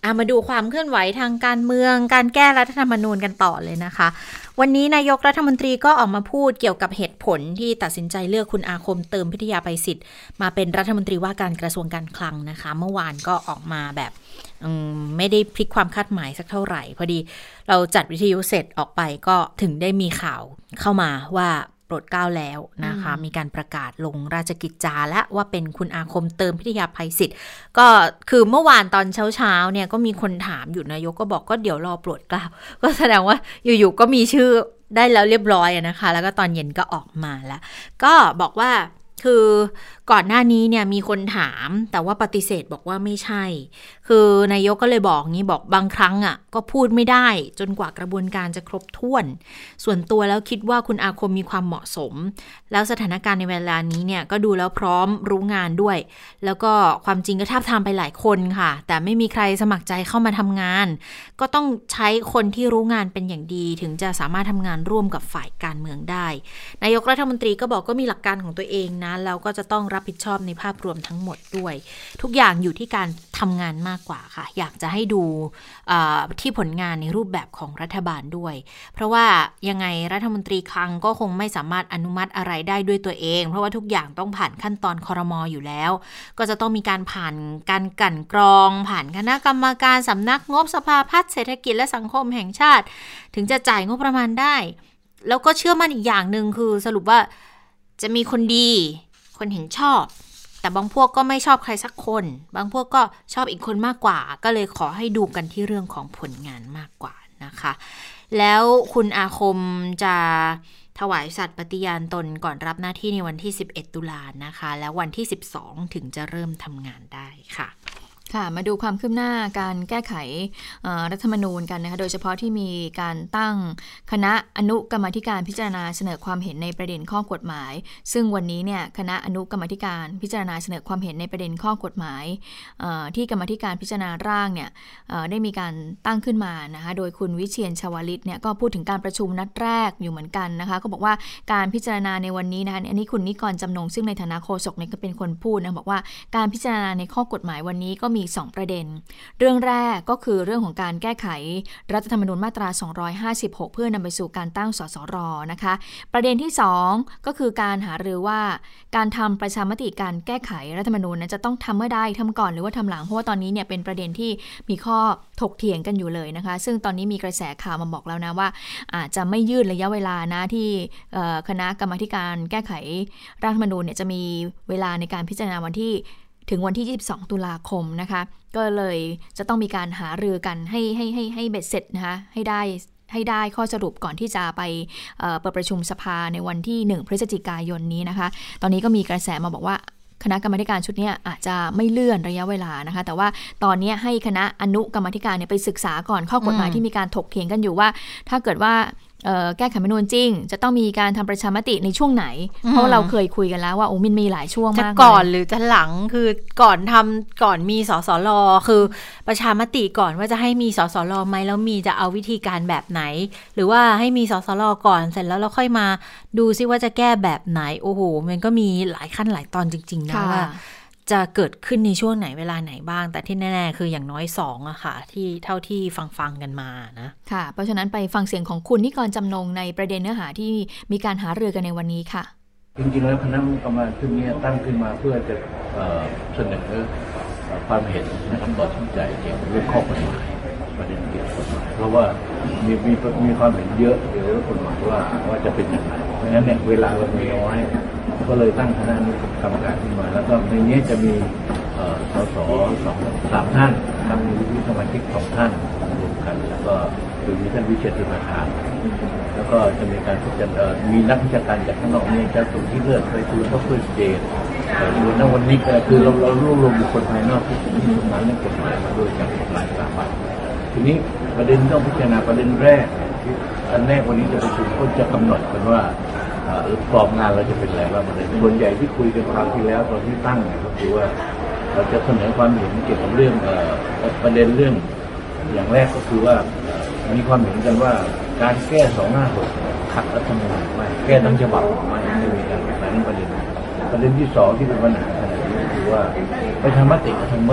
มาดูความเคลื่อนไหวทางการเมืองการแก้รัฐธรรมนูญกันต่อเลยนะคะวันนี้นายกรัฐมนตรีก็ออกมาพูดเกี่ยวกับเหตุผลที่ตัดสินใจเลือกคุณอาคมเติมพิทยาภัยศิษย์มาเป็นรัฐมนตรีว่าการกระทรวงการคลังนะคะเมื่อวานก็ออกมาแบบไม่ได้พลิกความคาดหมายสักเท่าไหร่พอดีเราจัดวิทยุเสร็จออกไปก็ถึงได้มีข่าวเข้ามาว่าโปรดเกล้าแล้วนะคะมีการประกาศลงราชกิจจาและว่าเป็นคุณอาคมเติมพิทยาภัยศิษย์ก็คือเมื่อวานตอนเช้าๆเนี่ยก็มีคนถามอยู่นายกก็บอกก็เดี๋ยวรอโปรดเกล้าก็แสดงว่าอยู่ๆก็มีชื่อได้แล้วเรียบร้อยนะคะแล้วก็ตอนเย็นก็ออกมาแล้วก็บอกว่าคือก่อนหน้านี้เนี่ยมีคนถามแต่ว่าปฏิเสธบอกว่าไม่ใช่คือนายกก็เลยบอกงี้บอกบางครั้งอ่ะก็พูดไม่ได้จนกว่ากระบวนการจะครบถ้วนส่วนตัวแล้วคิดว่าคุณอาคมมีความเหมาะสมแล้วสถานการณ์ในเวลานี้เนี่ยก็ดูแล้วพร้อมรู้งานด้วยแล้วก็ความจริงก็ทาบทามไปหลายคนค่ะแต่ไม่มีใครสมัครใจเข้ามาทำงานก็ต้องใช้คนที่รู้งานเป็นอย่างดีถึงจะสามารถทำงานร่วมกับฝ่ายการเมืองได้นายกรัฐมนตรีก็บอกก็มีหลักการของตัวเองนะแล้วก็จะต้องรับผิดชอบในภาพรวมทั้งหมดด้วยทุกอย่างอยู่ที่การทำงานมากกว่าค่ะอยากจะให้ดูที่ผลงานในรูปแบบของรัฐบาลด้วยเพราะว่ายังไงรัฐมนตรีคลังก็คงไม่สามารถอนุมัติอะไรได้ด้วยตัวเองเพราะว่าทุกอย่างต้องผ่านขั้นตอนครม.อยู่แล้วก็จะต้องมีการผ่านการกลั่นกรองผ่านคณะกรรมการสำนักงบสภาพัฒน์เศรษฐกิจและสังคมแห่งชาติถึงจะจ่ายงบประมาณได้แล้วก็เชื่อมั่นอีกอย่างนึงคือสรุปว่าจะมีคนดีคนเห็นชอบแต่บางพวกก็ไม่ชอบใครสักคนบางพวกก็ชอบอีกคนมากกว่าก็เลยขอให้ดูกันที่เรื่องของผลงานมากกว่านะคะแล้วคุณอาคมจะถวายสัตย์ปฏิญาณตนก่อนรับหน้าที่ในวันที่สิบเอ็ดตุลานะคะแล้ววันที่สิบสองถึงจะเริ่มทำงานได้ค่ะค่ะมาดูความคืบหน้าการแก้ไขรัฐธรรมนูญกันนะคะโดยเฉพาะที่มีการตั้งคณะอนุกรรมาธิการพิจารณาเสนอความเห็นในประเด็นข้อกฎหมายซึ่งวันนี้เนี่ยคณะอนุกรรมาธิการพิจารณาเสนอความเห็นในประเด็นข้อกฎหมายที่กรรมาธิการพิจารณาร่างเนี่ยได้มีการตั้งขึ้นมานะคะโดยคุณวิเชียรชวลิตเนี่ยก็พูดถึงการประชุมนัดแรกอยู่เหมือนกันนะคะก็บอกว่าการพิจารณาในวันนี้นะคะอันนี้คุณนิกรจำนงซึ่งในฐานะโฆษกเนี่ยก็เป็นคนพูดนะบอกว่าการพิจารณาในข้อกฎหมายวันนี้ก็มีสองประเด็นเรื่องแรกก็คือเรื่องของการแก้ไขรัฐธรรมนูญมาตราสองร้อยห้าสิบหกเพื่อนำไปสู่การตั้งสสรนะคะประเด็นที่สองก็คือการหารือว่าการทำประชามติการแก้ไขรัฐธรรมนูญนั้นจะต้องทำเมื่อใดทำก่อนหรือว่าทำหลังเพราะว่าตอนนี้เนี่ยเป็นประเด็นที่มีข้อถกเถียงกันอยู่เลยนะคะซึ่งตอนนี้มีกระแสข่าวมาบอกแล้วนะว่าอาจจะไม่ยืดระยะเวลานะที่คณะกรรมาธิการแก้ไขรัฐธรรมนูญเนี่ยจะมีเวลาในการพิจารณาวันที่ถึงวันที่ยี่สิบสองตุลาคมนะคะก็เลยจะต้องมีการหารือกันให้ให้ให้ให้เบ็ดเสร็จนะคะให้ได้ให้ได้ข้อสรุปก่อนที่จะไปเอ่อเปิดประชุมสภาในวันที่หนึ่งพฤศจิกายนนี้นะคะตอนนี้ก็มีกระแสมาบอกว่าคณะกรรมาธิการชุดนี้อาจจะไม่เลื่อนระยะเวลานะคะแต่ว่าตอนนี้ให้คณะอนุกรรมาธิการเนี่ยไปศึกษาก่อนข้อกฎหมายที่มีการถกเถียงกันอยู่ว่าถ้าเกิดว่าแก้ไขรัฐธรรมนูญจริงจะต้องมีการทำประชามติในช่วงไหนเพราะเราเคยคุยกันแล้วว่าโอ้มันมีหลายช่วงมากจะก่อนหรือจะหลังคือก่อนทำก่อนมีสสรคือประชามติก่อนว่าจะให้มีสสรไหมแล้วมีจะเอาวิธีการแบบไหนหรือว่าให้มีสสรก่อนเสร็จแล้วเราค่อยมาดูซิว่าจะแก้แบบไหนโอ้โหมันก็มีหลายขั้นหลายตอนจริงๆนะว่าจะเกิดขึ้นในช่วงไหนเวลาไหนบ้างแต่ที่แน่ๆคืออย่างน้อยสองอะค่ะที่เท่าที่ฟังๆกันมานะค่ะเพราะฉะนั้นไปฟังเสียงของคุณนิกรจำนงในประเด็นเนื้อหาที่มีการหารือกันในวันนี้ค่ะจริงๆแล้วคณะกรรมการชุดนี้ตั้งขึ้นมาเพื่อจะเสนอความเห็นนะครับต่อชิ้นใจเกี่ยวกับเรื่องข้อกฎหมายประเด็นเกี่ยวกับกฎหมายเพราะว่ามีมีมีความเห็นเยอะเกี่ยวกับกฎหมายว่าว่าจะเป็นยังไงเพราะฉะนั้นเนี่ยเวลาเรามีน้อยก็เลยตั้งคณะกรรมการขึ้นมาแล้วก็ในนี้จะมีสสสองสามท่านครับมีวิสมาชิกสองท่านรวมกันแล้วก็โดยมีท่านวิเชียร เป็นประธานแล้วก็จะมีการพิจารณามีนักวิชาการจากข้างนอกนี่จะส่งที่เลือดไปดูก็เพื่อเจนแต่ดูในวันนี้ก็คือเราเรารวบรวมบุคคลภายนอกที่มีทำงานเรื่องกฎหมายมาโดยจากกฎหมายสถาบันทีนี้ประเด็นต้องพิจารณาประเด็นแรกอันแรกวันนี้จะประชุมก็จะกำหนดกันว่ากรอบงานเราจะเป็นอะไรบ้างประเด็นส่วนใหญ่ที่คุยกันคราวที่แล้วตอนที่ตั้งเนี่ยก็คือว่าเราจะเสนอความเห็นเกี่ยวกับเรื่องประเด็นเรื่องอย่างแรกก็คือว่ามีความเห็นกันว่าการแก้สองห้าหกขัดรัฐธรรมนูญไม่แก้ทั้งฉบับไม่ไม่มีการแต่นั้นประเด็นประเด็นที่สองที่เป็นปัญหาขณะนี้ก็คือว่าประชามติจะทำเมื่อไหร่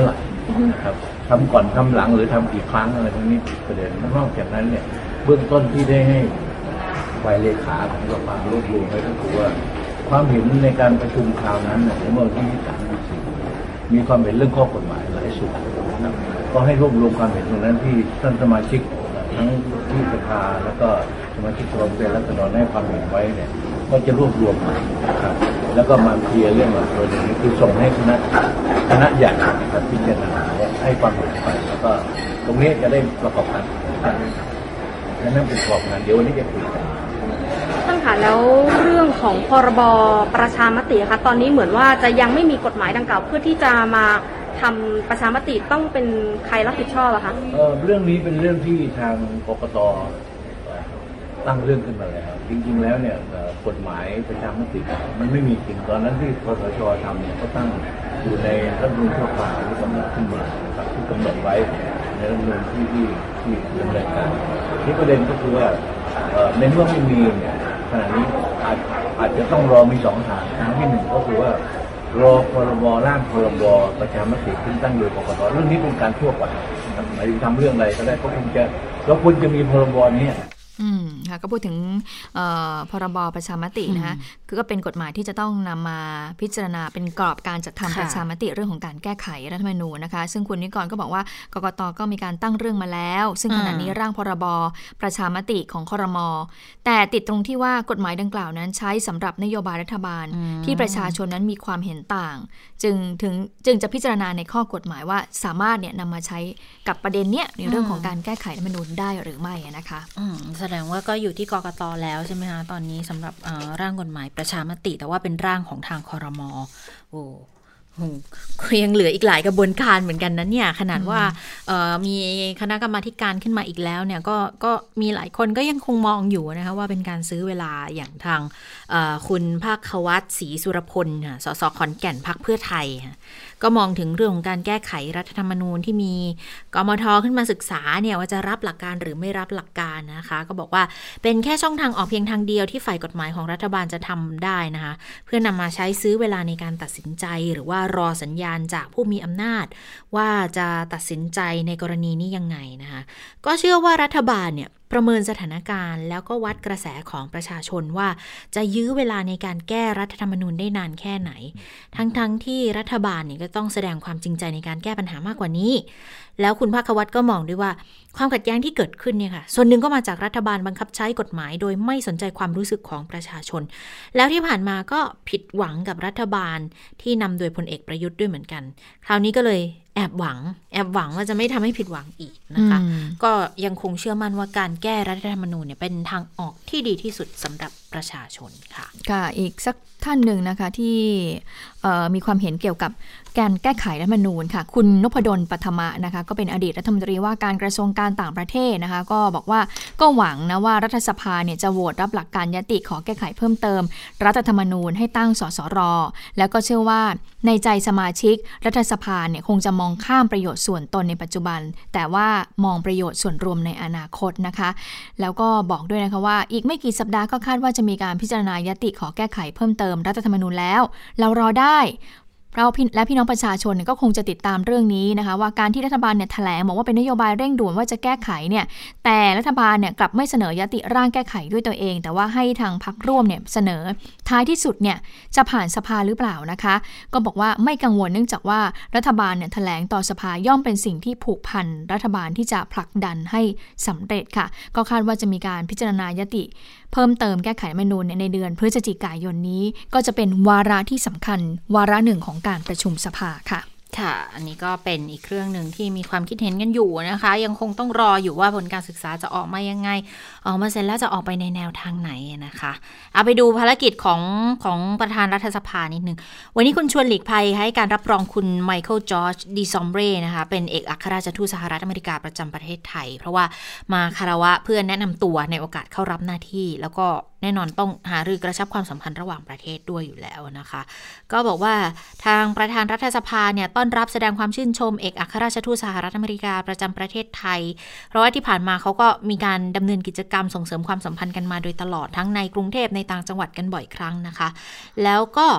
นะครับทำก่อนทำหลังหรือทำกี่ครั้งอะไรพวกนี้ประเด็นนอกจากนั้นเนี่ยเบื้องต้นที่ได้ให้ฝ่ายเลขาของสภารวบรวมไว้ก็คือว่าความเห็นในการประชุมคราวนั้นเนี่ยเมื่อวันที่สามสิบมีความเห็นเรื่องข้อกฎหมายหลายส่วนนะครับก็ให้รวบรวมความเห็นตรงนั้นที่ท่านสมาชิกทั้งที่สภาแล้วก็สมาชิกสภาผู้แทนราษฎรให้ความเห็นไว้เนี่ยก็จะรวบรวมมานะครับแล้วก็มาเคลียร์เรื่องตัวนี้คือส่งให้คณะคณะใหญ่นะครับพิจารณาให้ความเห็นไปแล้วก็ตรงนี้จะได้ประกอบกันนั่นเป็นกรอบงานเดี๋ยววันนี้จะคุยกันท่านคะแล้วเรื่องของพรบประชามติค่ะตอนนี้เหมือนว่าจะยังไม่มีกฎหมายดังกล่าวเพื่อที่จะมาทำประชามติต้องเป็นใครรับผิดชอบอะคะเอ่อเรื่องนี้เป็นเรื่องที่ทางกกต.ตั้งเรื่องขึ้นมาแล้วจริงๆแล้วเนี่ยกฎหมายประชามติมันไม่มีจริงตอนนั้นที่คสช.ทำเนี่ยก็ตั้งอยู่ในรัฐธรรมนูญชั่วคราวที่กำหนดขึ้นมาครับที่กำหนดไว้ในรัฐธรรมนูญที่ที่ที่ดำเนินการที่ประเด็นก็คือว่าในเมื่อไม่มีเนี่ยขณะนี้อาจอาจจะต้องรอมีสองทางทางที่หนึ่งก็คือว่ารอพรบร่างพรบประชามติขึ้นตั้งโดยกกต.เรื่องนี้เป็นการทั่วไปหมายถึงทำเรื่องอะไรก็ได้ก็คงจะก็ควรจะมีพรบนี้อืมค่ะก็พูดถึงพรบประชามตินะคะคือก็เป็นกฎหมายที่จะต้องนำมาพิจารณาเป็นกรอบการจัดทำประชามติเรื่องของการแก้ไขรัฐธรรมนูญนะคะซึ่งคุณนิกรก็บอกว่ากกต.ก็มีการตั้งเรื่องมาแล้วซึ่งขณะนี้ร่างพรบประชามติของครม.แต่ติดตรงที่ว่ากฎหมายดังกล่าวนั้นใช้สำหรับนโยบายรัฐบาลที่ประชาชนนั้นมีความเห็นต่างจึงถึงจึงจะพิจารณาในข้อกฎหมายว่าสามารถเนี่ยนำมาใช้กับประเด็นเนี้ยในเรื่องของการแก้ไขรัฐธรรมนูญได้หรือไม่นะคะแสดงว่าก็อยู่ที่กกต.แล้วใช่ไหมคะตอนนี้สำหรับร่างกฎหมายประชามติแต่ว่าเป็นร่างของทางครม.โอ้ยังเหลืออีกหลายกระบวนการเหมือนกันนะเนี่ยขนาดว่ามีคณะกรรมาธิการขึ้นมาอีกแล้วเนี่ยก็ก็มีหลายคนก็ยังคงมองอยู่นะคะว่าเป็นการซื้อเวลาอย่างทางคุณภาควัฒน์ศรีสุรพลสสขอนแก่นพรรคเพื่อไทยก็มองถึงเรื่องของการแก้ไขรัฐธรรมนูญที่มีกมธ.ขึ้นมาศึกษาเนี่ยว่าจะรับหลักการหรือไม่รับหลักการนะคะก็บอกว่าเป็นแค่ช่องทางออกเพียงทางเดียวที่ฝ่ายกฎหมายของรัฐบาลจะทำได้นะคะเพื่อนำมาใช้ซื้อเวลาในการตัดสินใจหรือว่ารอสัญญาณจากผู้มีอำนาจว่าจะตัดสินใจในกรณีนี้ยังไงนะคะก็เชื่อว่ารัฐบาลเนี่ยประเมินสถานการณ์แล้วก็วัดกระแสของประชาชนว่าจะยื้อเวลาในการแก้รัฐธรรมนูญได้นานแค่ไหนทั้งๆ ท, ที่รัฐบาลเนี่ยก็ต้องแสดงความจริงใจในการแก้ปัญหามากกว่านี้แล้วคุณภาควัฒน์ก็มองด้วยว่าความขัดแย้งที่เกิดขึ้นเนี่ยค่ะส่วนหนึ่งก็มาจากรัฐบาลบังคับใช้กฎหมายโดยไม่สนใจความรู้สึกของประชาชนแล้วที่ผ่านมาก็ผิดหวังกับรัฐบาลที่นำโดยพลเอกประยุทธ์ด้วยเหมือนกันคราวนี้ก็เลยแอบหวังแอบหวังว่าจะไม่ทำให้ผิดหวังอีกนะคะก็ยังคงเชื่อมั่นว่าการแก้รัฐธรรมนูญเนี่ยเป็นทางออกที่ดีที่สุดสำหรับประชาชนค่ะค่ะอีกสักท่านหนึ่งนะคะที่มีความเห็นเกี่ยวกับการแก้ไขรัฐธรรมนูญค่ะคุณนพดลปัทมะนะคะก็เป็นอดีตรัฐมนตรีว่าการกระทรวงการต่างประเทศนะคะก็บอกว่าก็หวังนะว่ารัฐสภาเนี่ยจะโหวตรับหลักการยติขอแก้ไขเพิ่มเติมรัฐธรรมนูญให้ตั้งสสรแล้วก็เชื่อว่าในใจสมาชิกรัฐสภาเนี่ยคงจะมองข้ามประโยชน์ส่วนตนในปัจจุบันแต่ว่ามองประโยชน์ส่วนรวมในอนาคตนะคะแล้วก็บอกด้วยนะคะว่าอีกไม่กี่สัปดาห์ก็คาดว่าจะมีการพิจารณายติขอแก้ไขเพิ่มเติมรัฐธรรมนูญแล้วเรารอได้เราและพี่น้องประชาชนก็คงจะติดตามเรื่องนี้นะคะว่าการที่รัฐบาลเนี่ยแถลงบอกว่าเป็นนโยบายเร่งด่วนว่าจะแก้ไขเนี่ยแต่รัฐบาลเนี่ยกลับไม่เสนอยติร่างแก้ไขด้วยตัวเองแต่ว่าให้ทางพรรคร่วมเนี่ยเสนอท้ายที่สุดเนี่ยจะผ่านสภาหรือเปล่านะคะก็บอกว่าไม่กังวลเนื่องจากว่ารัฐบาลเนี่ยแถลงต่อสภาย่อมเป็นสิ่งที่ผูกพันรัฐบาลที่จะผลักดันให้สำเร็จค่ะก็คาดว่าจะมีการพิจารณายติเพิ่มเติมแก้ไขรัฐธรรมนูญในเดือนพฤศจิกายนนี้ก็จะเป็นวาระที่สำคัญวาระหนึ่งของการประชุมสภาค่ะค่ะอันนี้ก็เป็นอีกเรื่องหนึ่งที่มีความคิดเห็นกันอยู่นะคะยังคงต้องรออยู่ว่าผลการศึกษาจะออกมายังไงออกมาเสร็จแล้วจะออกไปในแนวทางไหนนะคะเอาไปดูภารกิจของของประธานรัฐสภานิดนึงวันนี้คุณชวนหลีกภัยให้การรับรองคุณไมเคิลจอร์จดิซอมเบรนะคะเป็นเอกอัครราชทูตสหรัฐอเมริกาประจำประเทศไทยเพราะว่ามาคารวะเพื่อแนะนำตัวในโอกาสเข้ารับหน้าที่แล้วก็แน่นอนต้องหารือกระชับความสัมพันธ์ระหว่างประเทศด้วยอยู่แล้วนะคะก็บอกว่าทางประธานรัฐสภาเนี่ยต้อนรับแสดงความชื่นชมเอกอัครราชทูตสหรัฐอเมริกาประจำประเทศไทยเพราะว่าที่ผ่านมาเขาก็มีการดำเนินกิจกรรมส่งเสริมความสัมพันธ์กันมาโดยตลอดทั้งในกรุงเทพในต่างจังหวัดกันบ่อยครั้งนะคะแล้วก็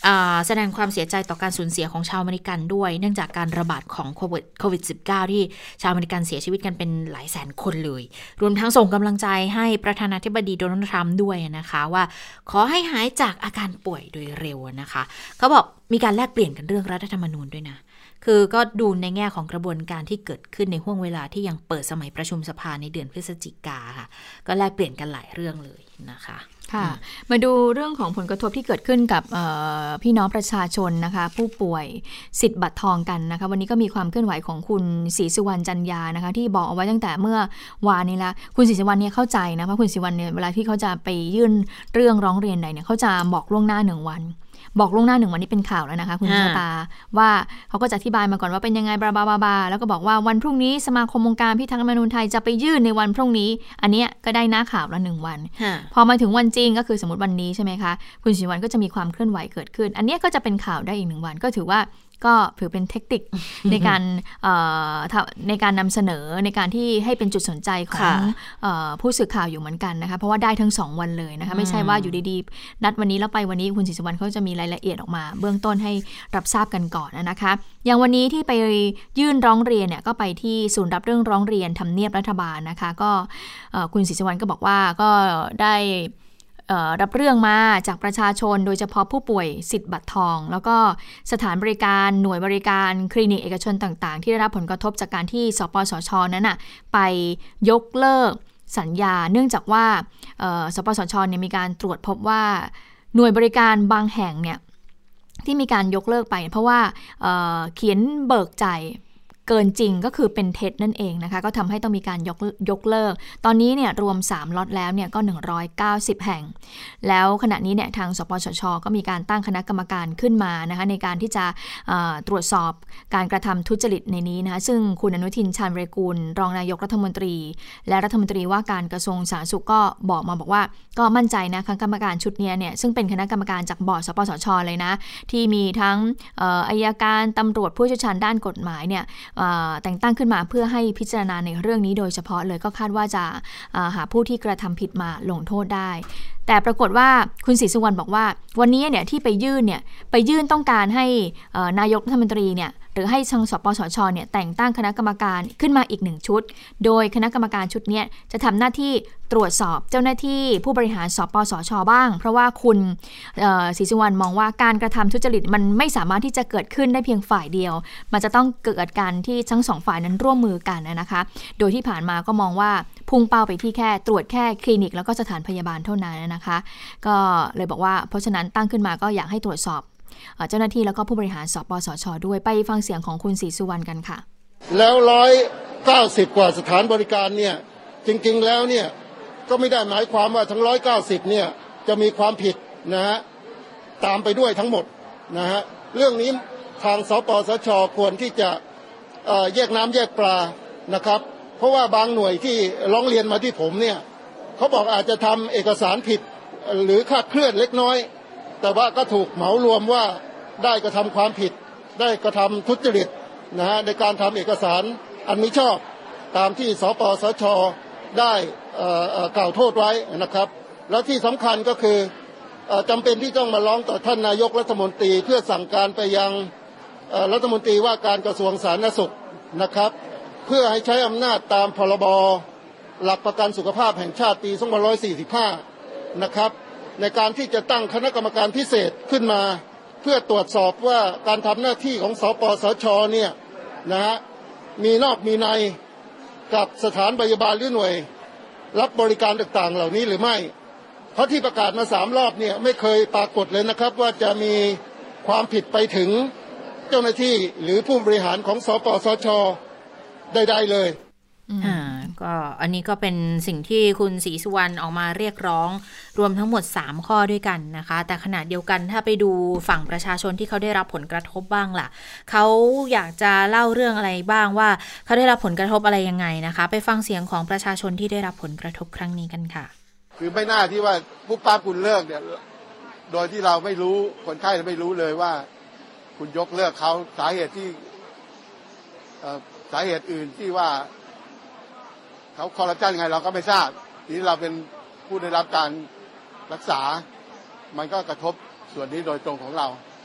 แสดงความเสียใจต่อการสูญเสียของชาวอเมริกันด้วยเนื่องจากการระบาดของโควิดโควิด สิบเก้า ที่ชาวอเมริกันเสียชีวิตกันเป็นหลายแสนคนเลยรวมทั้งส่งกำลังใจให้ประธานาธิบดีโดนัลด์ทรัมป์ด้วยนะคะว่าขอให้หายจากอาการป่วยโดยเร็วนะคะเขาบอกมีการแลกเปลี่ยนกันเรื่องรัฐธรรมนูญด้วยนะคือก็ดูในแง่ของกระบวนการที่เกิดขึ้นในห่วงเวลาที่ยังเปิดสมัยประชุมสภาในเดือนพฤศจิกาค่ะก็แลกเปลี่ยนกันหลายเรื่องเลยนะคะค่ะมาดูเรื่องของผลกระทบที่เกิดขึ้นกับพี่น้องประชาชนนะคะผู้ป่วยสิทธิ์บัตรทองกันนะคะวันนี้ก็มีความเคลื่อนไหวของคุณศรีสุวรรณจันยานะคะที่บอกเอาไว้ตั้งแต่เมื่อวานนี้ละคุณศรีสุวรรณเนี่ยเข้าใจนะเพราะคุณศรีสุวรรณเนี่ยเวลาที่เขาจะไปยื่นเรื่องร้องเรียนใดเนี่ยเขาจะบอกล่วงหน้าหนึ่งวันบอกล่วงหน้าหนึ่งวันนี้เป็นข่าวแล้วนะคะคุณชะตาว่าเขาก็จะอธิบายมาก่อนว่าเป็นยังไงบลาบลาบลาแล้วก็บอกว่าวันพรุ่งนี้สมาคมองค์การพิทักษ์รัฐธรรมนูญไทยจะไปยื่นในวันพรุ่งนี้อันนี้ก็ได้หน้าข่าวละหนึ่งวันพอมาถึงวันจริงก็คือสมมติวันนี้ใช่ไหมคะคุณศรีสุวรรณก็จะมีความเคลื่อนไหวเกิดขึ้นอันนี้ก็จะเป็นข่าวได้อีกหนึ่งวันก็ถือว่าก็ถือเป็นเทคนิคในการในการนำเสนอในการที่ให้เป็นจุดสนใจของผู้สื่อข่าวอยู่เหมือนกันนะคะเพราะว่าได้ทั้งสองวันเลยนะคะไม่ใช่ว่าอยู่ดีๆนัดวันนี้แล้วไปวันนี้คุณศรีสุวรรณเขาจะมีรายละเอียดออกมาเบื้องต้นให้รับทราบกันก่อนนะคะอย่างวันนี้ที่ไปยื่นร้องเรียนเนี่ยก็ไปที่ศูนย์รับเรื่องร้องเรียนทำเนียบรัฐบาลนะคะก็คุณศรีสุวรรณก็บอกว่าก็ได้รับเรื่องมาจากประชาชนโดยเฉพาะผู้ป่วยสิทธิ์บัตรทองแล้วก็สถานบริการหน่วยบริการคลินิกเอกชนต่างๆที่ได้รับผลกระทบจากการที่สปสช.นั้นน่ะไปยกเลิกสัญญาเนื่องจากว่าสปสช.เนี่ยมีการตรวจพบว่าหน่วยบริการบางแห่งเนี่ยที่มีการยกเลิกไปเพราะว่า เอ่อ เขียนเบิกจ่ายเกินจริงก็คือเป็นเท็จนั่นเองนะคะก็ทำให้ต้องมีการยกยกเลิกตอนนี้เนี่ยรวมสามล็อตแล้วเนี่ยก็หนึ่งร้อยเก้าสิบแห่งแล้วขณะนี้เนี่ยทางสปสช.ก็มีการตั้งคณะกรรมการขึ้นมานะคะในการที่จะตรวจสอบการกระทำทุจริตในนี้นะคะซึ่งคุณอนุทินชาญวิรากูลรองนายกรัฐมนตรีและรัฐมนตรีว่าการกระทรวงสาธารณสุขก็บอกมาบอกว่าก็มั่นใจนะคณะกรรมการชุดนี้เนี่ยซึ่งเป็นคณะกรรมการจากบอร์ดสปสช.เลยนะที่มีทั้งอัยการตำรวจผู้เชี่ยวชาญด้านกฎหมายเนี่ยแต่งตั้งขึ้นมาเพื่อให้พิจารณาในเรื่องนี้โดยเฉพาะเลยก็คาดว่าจะหาผู้ที่กระทำผิดมาลงโทษได้แต่ปรากฏว่าคุณศรีสุวรรณบอกว่าวันนี้เนี่ยที่ไปยื่นเนี่ยไปยื่นต้องการให้นายกรัฐมนตรีเนี่ยหรือให้ทางสปสช.เนี่ยแต่งตั้งคณะกรรมการขึ้นมาอีกหนึ่งชุดโดยคณะกรรมการชุดนี้จะทำหน้าที่ตรวจสอบเจ้าหน้าที่ผู้บริหารสปสช.บ้างเพราะว่าคุณศรีสุวรรณมองว่าการกระทำทุจริตมันไม่สามารถที่จะเกิดขึ้นได้เพียงฝ่ายเดียวมันจะต้องเกิดการที่ทั้งสองฝ่ายนั้นร่วมมือกันนะคะโดยที่ผ่านมาก็มองว่าพุ่งเป้าไปที่แค่ตรวจแค่คลินิกแล้วก็สถานพยาบาลเท่านั้นนะคะก็เลยบอกว่าเพราะฉะนั้นตั้งขึ้นมาก็อยากให้ตรวจสอบเจ้าหน้าที่แล้วก็ผู้บริหารสปสช.ด้วยไปฟังเสียงของคุณศรีสุวรรณกันค่ะแล้วร้อยเก้าสิบกว่าสถานบริการเนี่ยจริงๆแล้วเนี่ยก็ไม่ได้หมายความว่าทั้งร้อยเก้าสิบเนี่ยจะมีความผิดนะฮะตามไปด้วยทั้งหมดนะฮะเรื่องนี้ทางสปสช.ควรที่จะเอ่อแยกน้ำแยกปลานะครับเพราะว่าบางหน่วยที่ร้องเรียนมาที่ผมเนี่ยเขาบอกอาจจะทำเอกสารผิดหรือคลาดเคลื่อนเล็กน้อยแต่ว่าก็ถูกเหมารวมว่าได้กระทำความผิดได้กระทำทุจริตนะฮะในการทำเอกสารอันมิชอบตามที่สปสช.ได้กล่าวโทษไว้นะครับแล้วที่สำคัญก็คือจำเป็นที่ต้องมาร้องต่อท่านนายกรัฐมนตรีเพื่อสั่งการไปยังรัฐมนตรีว่าการกระทรวงสาธารณสุขนะครับเพื่อให้ใช้อำนาจตามพรบหลักประกันสุขภาพแห่งชาติปีสองพันห้าร้อยสี่สิบห้านะครับในการที่จะตั้งคณะกรรมการพิเศษขึ้นมาเพื่อตรวจสอบว่าการทำหน้าที่ของสปสช.เนี่ยนะฮะมีนอกมีในกับสถานพยาบาลหรือหน่วยรับบริการต่างๆเหล่านี้หรือไม่เพราะที่ประกาศมาสามรอบเนี่ยไม่เคยปรากฏเลยนะครับว่าจะมีความผิดไปถึงเจ้าหน้าที่หรือผู้บริหารของสปสช.ใดๆเลยอ่าก็อันนี้ก็เป็นสิ่งที่คุณศรีสุวรรณออกมาเรียกร้องรวมทั้งหมดสามข้อด้วยกันนะคะแต่ขณะเดียวกันถ้าไปดูฝั่งประชาชนที่เขาได้รับผลกระทบบ้างล่ะเขาอยากจะเล่าเรื่องอะไรบ้างว่าเขาได้รับผลกระทบอะไรยังไงนะคะไปฟังเสียงของประชาชนที่ได้รับผลกระทบครั้งนี้กันค่ะคือไม่น่าที่ว่าผู้ป้าคุณเลิกเนี่ยโดยที่เราไม่รู้คนไข้ไม่รู้เลยว่าคุณยกเลิกเขาสาเหตุที่สาเหตุอื่นที่ว่าเขาคอร์รัปชันไงเราก็ไม่ทราบทีนี้เราเป็นผู้ได้รับการรักษามันก็กระทบส่วนนี้โดยตรงของเรา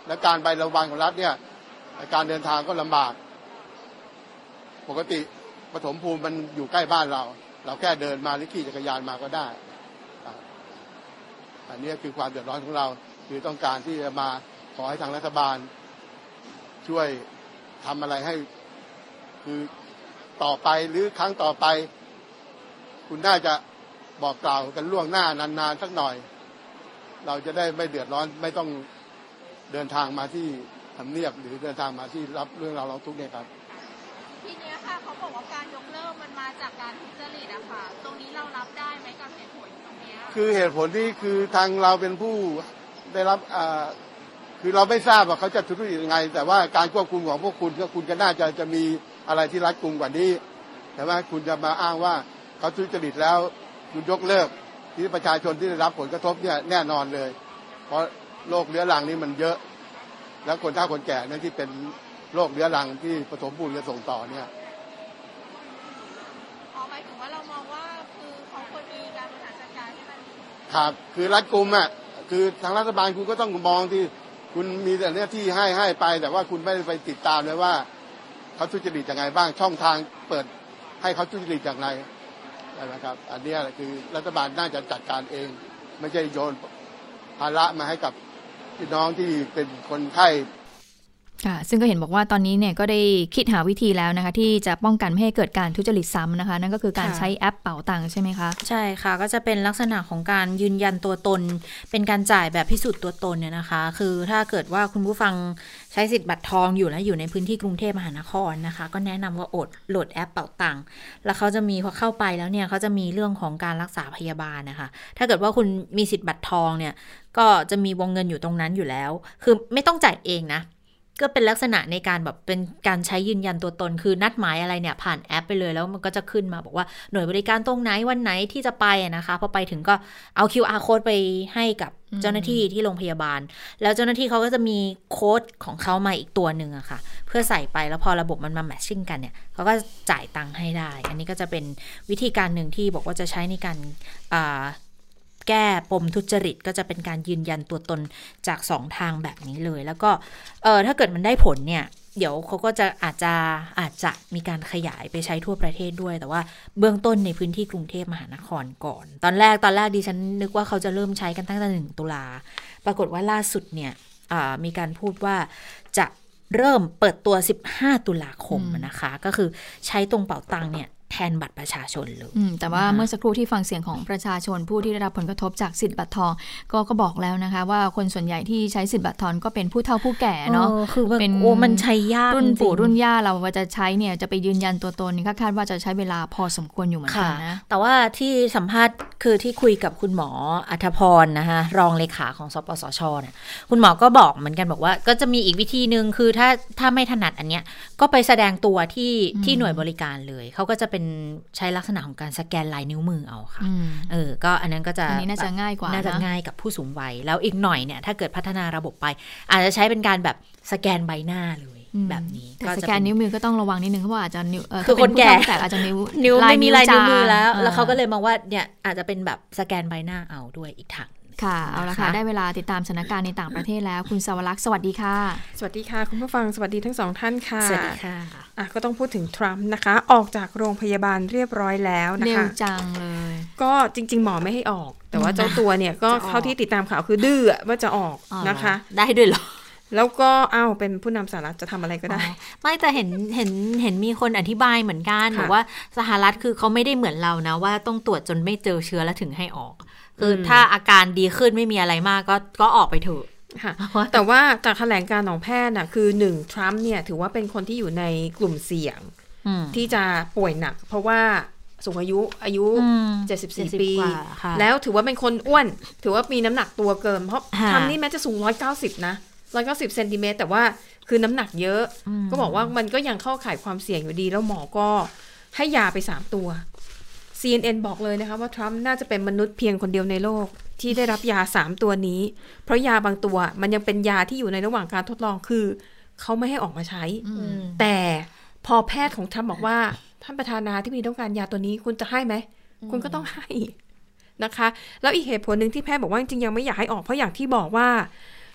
และการไประวังของรัฐเนี่ยการเดินทางก็ลำบากปกติปฐมภูมิมันอยู่ใกล้บ้านเราเราแค่เดินมาหรือขี่จักรยานมาก็ได้อันนี้คือความเดือดร้อนของเราคือต้องการที่จะมาขอให้ทางรัฐบาลช่วยทำอะไรให้คือต่อไปหรือครั้งต่อไปคุณน่าจะบอกกล่าวกันล่วงหน้านานๆสักหน่อยเราจะได้ไม่เดือดร้อนไม่ต้องเดินทางมาที่ทำเนียบหรือเดินทางมาที่รับเรื่องเราเราทุกเนี่ยครับทีนี้ค่ะเขาบอกว่าการยกเลิกมันมาจากการทุจริตอะค่ะตรงนี้เรารับได้ไหมกับเหตุผลตรงนี้คือเหตุผลที่คือทางเราเป็นผู้ได้รับอ่าคือเราไม่ทราบว่าเขาจะทุจริตยังไงแต่ว่าการควบคุมของพวกคุณก็คุณก็น่าจะจะมีอะไรที่รัดกุมกว่านี้แต่ว่าคุณจะมาอ้างว่าเขาทุจริตแล้วคุณยกเลิกที่ประชาชนที่ได้รับผลกระทบเนี่ยแน่นอนเลยเพราะโรคเรื้อรังนี่มันเยอะแล้วคนเฒ่าคนแก่นั่นที่เป็นโรคเรื้อรังที่ผสมปูนจะส่งต่อเนี่ยอ๋อหมายถึงว่าเรามองว่าคือเขาควรมีการบริหารจัดการให้มันครับคือรัดกุมอ่ะคือทางรัฐบาลคุณก็ต้องมองที่คุณมีแต่เนี่ยที่ให้ให้ไปแต่ว่าคุณไม่ได้ไปติดตามเลยว่าเขาทุจริตยังไงบ้างช่องทางเปิดให้เขาทุจริตอย่างไรนะครับอันนี้คือรัฐบาลน่าจะจัดการเองไม่ใช่โยนภาระมาให้กับพี่น้องที่เป็นคนไข้ค่ะซึ่งก็เห็นบอกว่าตอนนี้เนี่ยก็ได้คิดหาวิธีแล้วนะคะที่จะป้องกันไม่ให้เกิดการทุจริตซ้ำนะคะนั่นก็คือการใช้แอปเป๋าตังค์ใช่ไหมคะใช่ค่ะก็จะเป็นลักษณะของการยืนยันตัวตนเป็นการจ่ายแบบพิสูจน์ตัวตนเนี่ยนะคะคือถ้าเกิดว่าคุณผู้ฟังใช้สิทธิ์บัตรทองอยู่แล้วอยู่ในพื้นที่กรุงเทพมหานครนะคะก็แนะนำว่าอดโหลดแอปเป๋าตังค์แล้วเขาจะมีพอเข้าไปแล้วเนี่ยเขาจะมีเรื่องของการรักษาพยาบาลนะคะถ้าเกิดว่าคุณมีสิทธิ์บัตรทองเนี่ยก็จะมีวงเงินอยู่ตรงนั้นอยู่แล้วคือไม่ต้องจ่ายเองนะก็เป็นลักษณะในการแบบเป็นการใช้ยืนยันตัวตนคือนัดหมายอะไรเนี่ยผ่านแอปไปเลยแล้วมันก็จะขึ้นมาบอกว่าหน่วยบริการตรงไหนวันไหนที่จะไปนะคะพอไปถึงก็เอา คิว อาร์ code ไปให้กับเจ้าหน้าที่ที่โรงพยาบาลแล้วเจ้าหน้าที่เขาก็จะมีโค้ดของเขามาอีกตัวหนึ่งอะค่ะเพื่อใส่ไปแล้วพอระบบมันมาแมทชิ่งกันเนี่ยเขาก็จ่ายตังค์ให้ได้อันนี้ก็จะเป็นวิธีการหนึ่งที่บอกว่าจะใช้ในการอ่าแก้ปมทุจริตก็จะเป็นการยืนยันตัวตนจากสองทางแบบนี้เลยแล้วก็เออถ้าเกิดมันได้ผลเนี่ยเดี๋ยวเขาก็จะอาจจะอาจจะมีการขยายไปใช้ทั่วประเทศด้วยแต่ว่าเบื้องต้นในพื้นที่กรุงเทพมหานครก่อนตอนแรกตอนแรกดิฉันนึกว่าเขาจะเริ่มใช้กันตั้งแต่หนึ่งตุลาปรากฏว่าล่าสุดเนี่ยมีการพูดว่าจะเริ่มเปิดตัวสิบห้าตุลาคมนะคะก็คือใช้ตรงเป๋าตังค์เนี่ยแทนบัตรประชาชนเลยแต่ว่าเมื่อสักครู่ที่ฟังเสียงของประชาชนผู้ที่ได้รับผลกระทบจากสิทธิ์บัตรทองก็ก็บอกแล้วนะคะว่าคนส่วนใหญ่ที่ใช้สิทธิ์บัตรทองก็เป็นผู้เฒ่าผู้แก่เนาะคือเป็นโอ้มันใช้ยากรุ่นปู่รุ่นย่าเราว่าจะใช้เนี่ยจะไปยืนยันตัวตนนี่คาดว่าจะใช้เวลาพอสมควรอยู่เหมือนกันนะแต่ว่าที่สัมภาษณ์คือที่คุยกับคุณหมออัธพรนะคะรองเลขาของสปสชเนี่ยคุณหมอก็บอกเหมือนกันบอกว่าก็จะมีอีกวิธีนึงคือถ้าถ้าไม่ถนัดอันเนี้ยก็ไปแสดงตัวที่ที่หน่วยบริการเลยเขาก็จะเป็นใช้ลักษณะของการสแกนลายนิ้วมือเอาค่ะเออก็อันนั้นก็จะอันนี้น่าจะง่ายกว่าน่าจะง่ายกับผู้สูงวัยแล้วอีกหน่อยเนี่ยถ้าเกิดพัฒนาระบบไปอาจจะใช้เป็นการแบบสแกนใบหน้าเลยแบบนี้แต่สแกนนิ้วมือก็ต้องระวังนิดนึงเพราะว่าอาจจะนิ้วคือคนแก่แต่อาจจะนิ้วนิ้วไม่มีลายนิ้วมือแล้วแล้วเขาก็เลยมองว่าเนี่ยอาจจะเป็นแบบสแกนใบหน้าเอาด้วยอีกทางค่ะเอาละค่ะได้เวลาติดตามสถานการณ์ในต่างประเทศแล้วคุณสวรักษ์สวัสดีค่ะสวัสดีค่ะคุณผู้ฟังสวัสดีทั้งสองท่านค่ะสวัสดีค่ะอ่ะก็ต้องพูดถึงทรัมป์นะคะออกจากโรงพยาบาลเรียบร้อยแล้วนะคะเร็วจังเลยก็จริงๆหมอไม่ให้ออกแต่ว่าเจ้าตัวเนี่ยก็เท่าที่ติดตามข่าวคือดื้อว่าจะออกนะคะได้ด้วยเหรอแล้วก็อ้าวเป็นผู้นำสหรัฐจะทำอะไรก็ได้ไม่แต่เห็นเห็นเห็นมีคนอธิบายเหมือนกันบอกว่าสหรัฐคือเขาไม่ได้เหมือนเรานะว่าต้องตรวจจนไม่เจอเชื้อแล้วถึงให้ออกคือถ้าอาการดีขึ้นไม่มีอะไรมากก็ก็ออกไปเถอะค่ะแต่ว่าจากแถลงการของแพทย์น่ะคือหนึ่งทรัมป์เนี่ยถือว่าเป็นคนที่อยู่ในกลุ่มเสี่ยงที่จะป่วยหนักเพราะว่าสูงอายุอายุเจ็ดสิบสี่ปีแล้วถือว่าเป็นคนอ้วนถือว่ามีน้ำหนักตัวเกินเพราะทรัมป์นี่แม้จะสูงหนึ่งร้อยเก้าสิบนะหนึ่งร้อยเก้าสิบเซนติเมตรแต่ว่าคือน้ำหนักเยอะก็บอกว่ามันก็ยังเข้าข่ายความเสี่ยงอยู่ดีแล้วหมอก็ให้ยาไปสามตัวซี เอ็น เอ็น บอกเลยนะคะว่าทรัมป์น่าจะเป็นมนุษย์เพียงคนเดียวในโลกที่ได้รับยาสามตัวนี้เพราะยาบางตัวมันยังเป็นยาที่อยู่ในระหว่างการทดลองคือเขาไม่ให้ออกมาใช้แต่พอแพทย์ของทรัมป์บอกว่าท่านประธานาธิบดีต้องการยาตัวนี้คุณจะให้ไหมคุณก็ต้องให้นะคะแล้วอีกเหตุผลหนึ่งที่แพทย์บอกว่าจริงๆยังไม่อยากให้ออกเพราะอย่างที่บอกว่า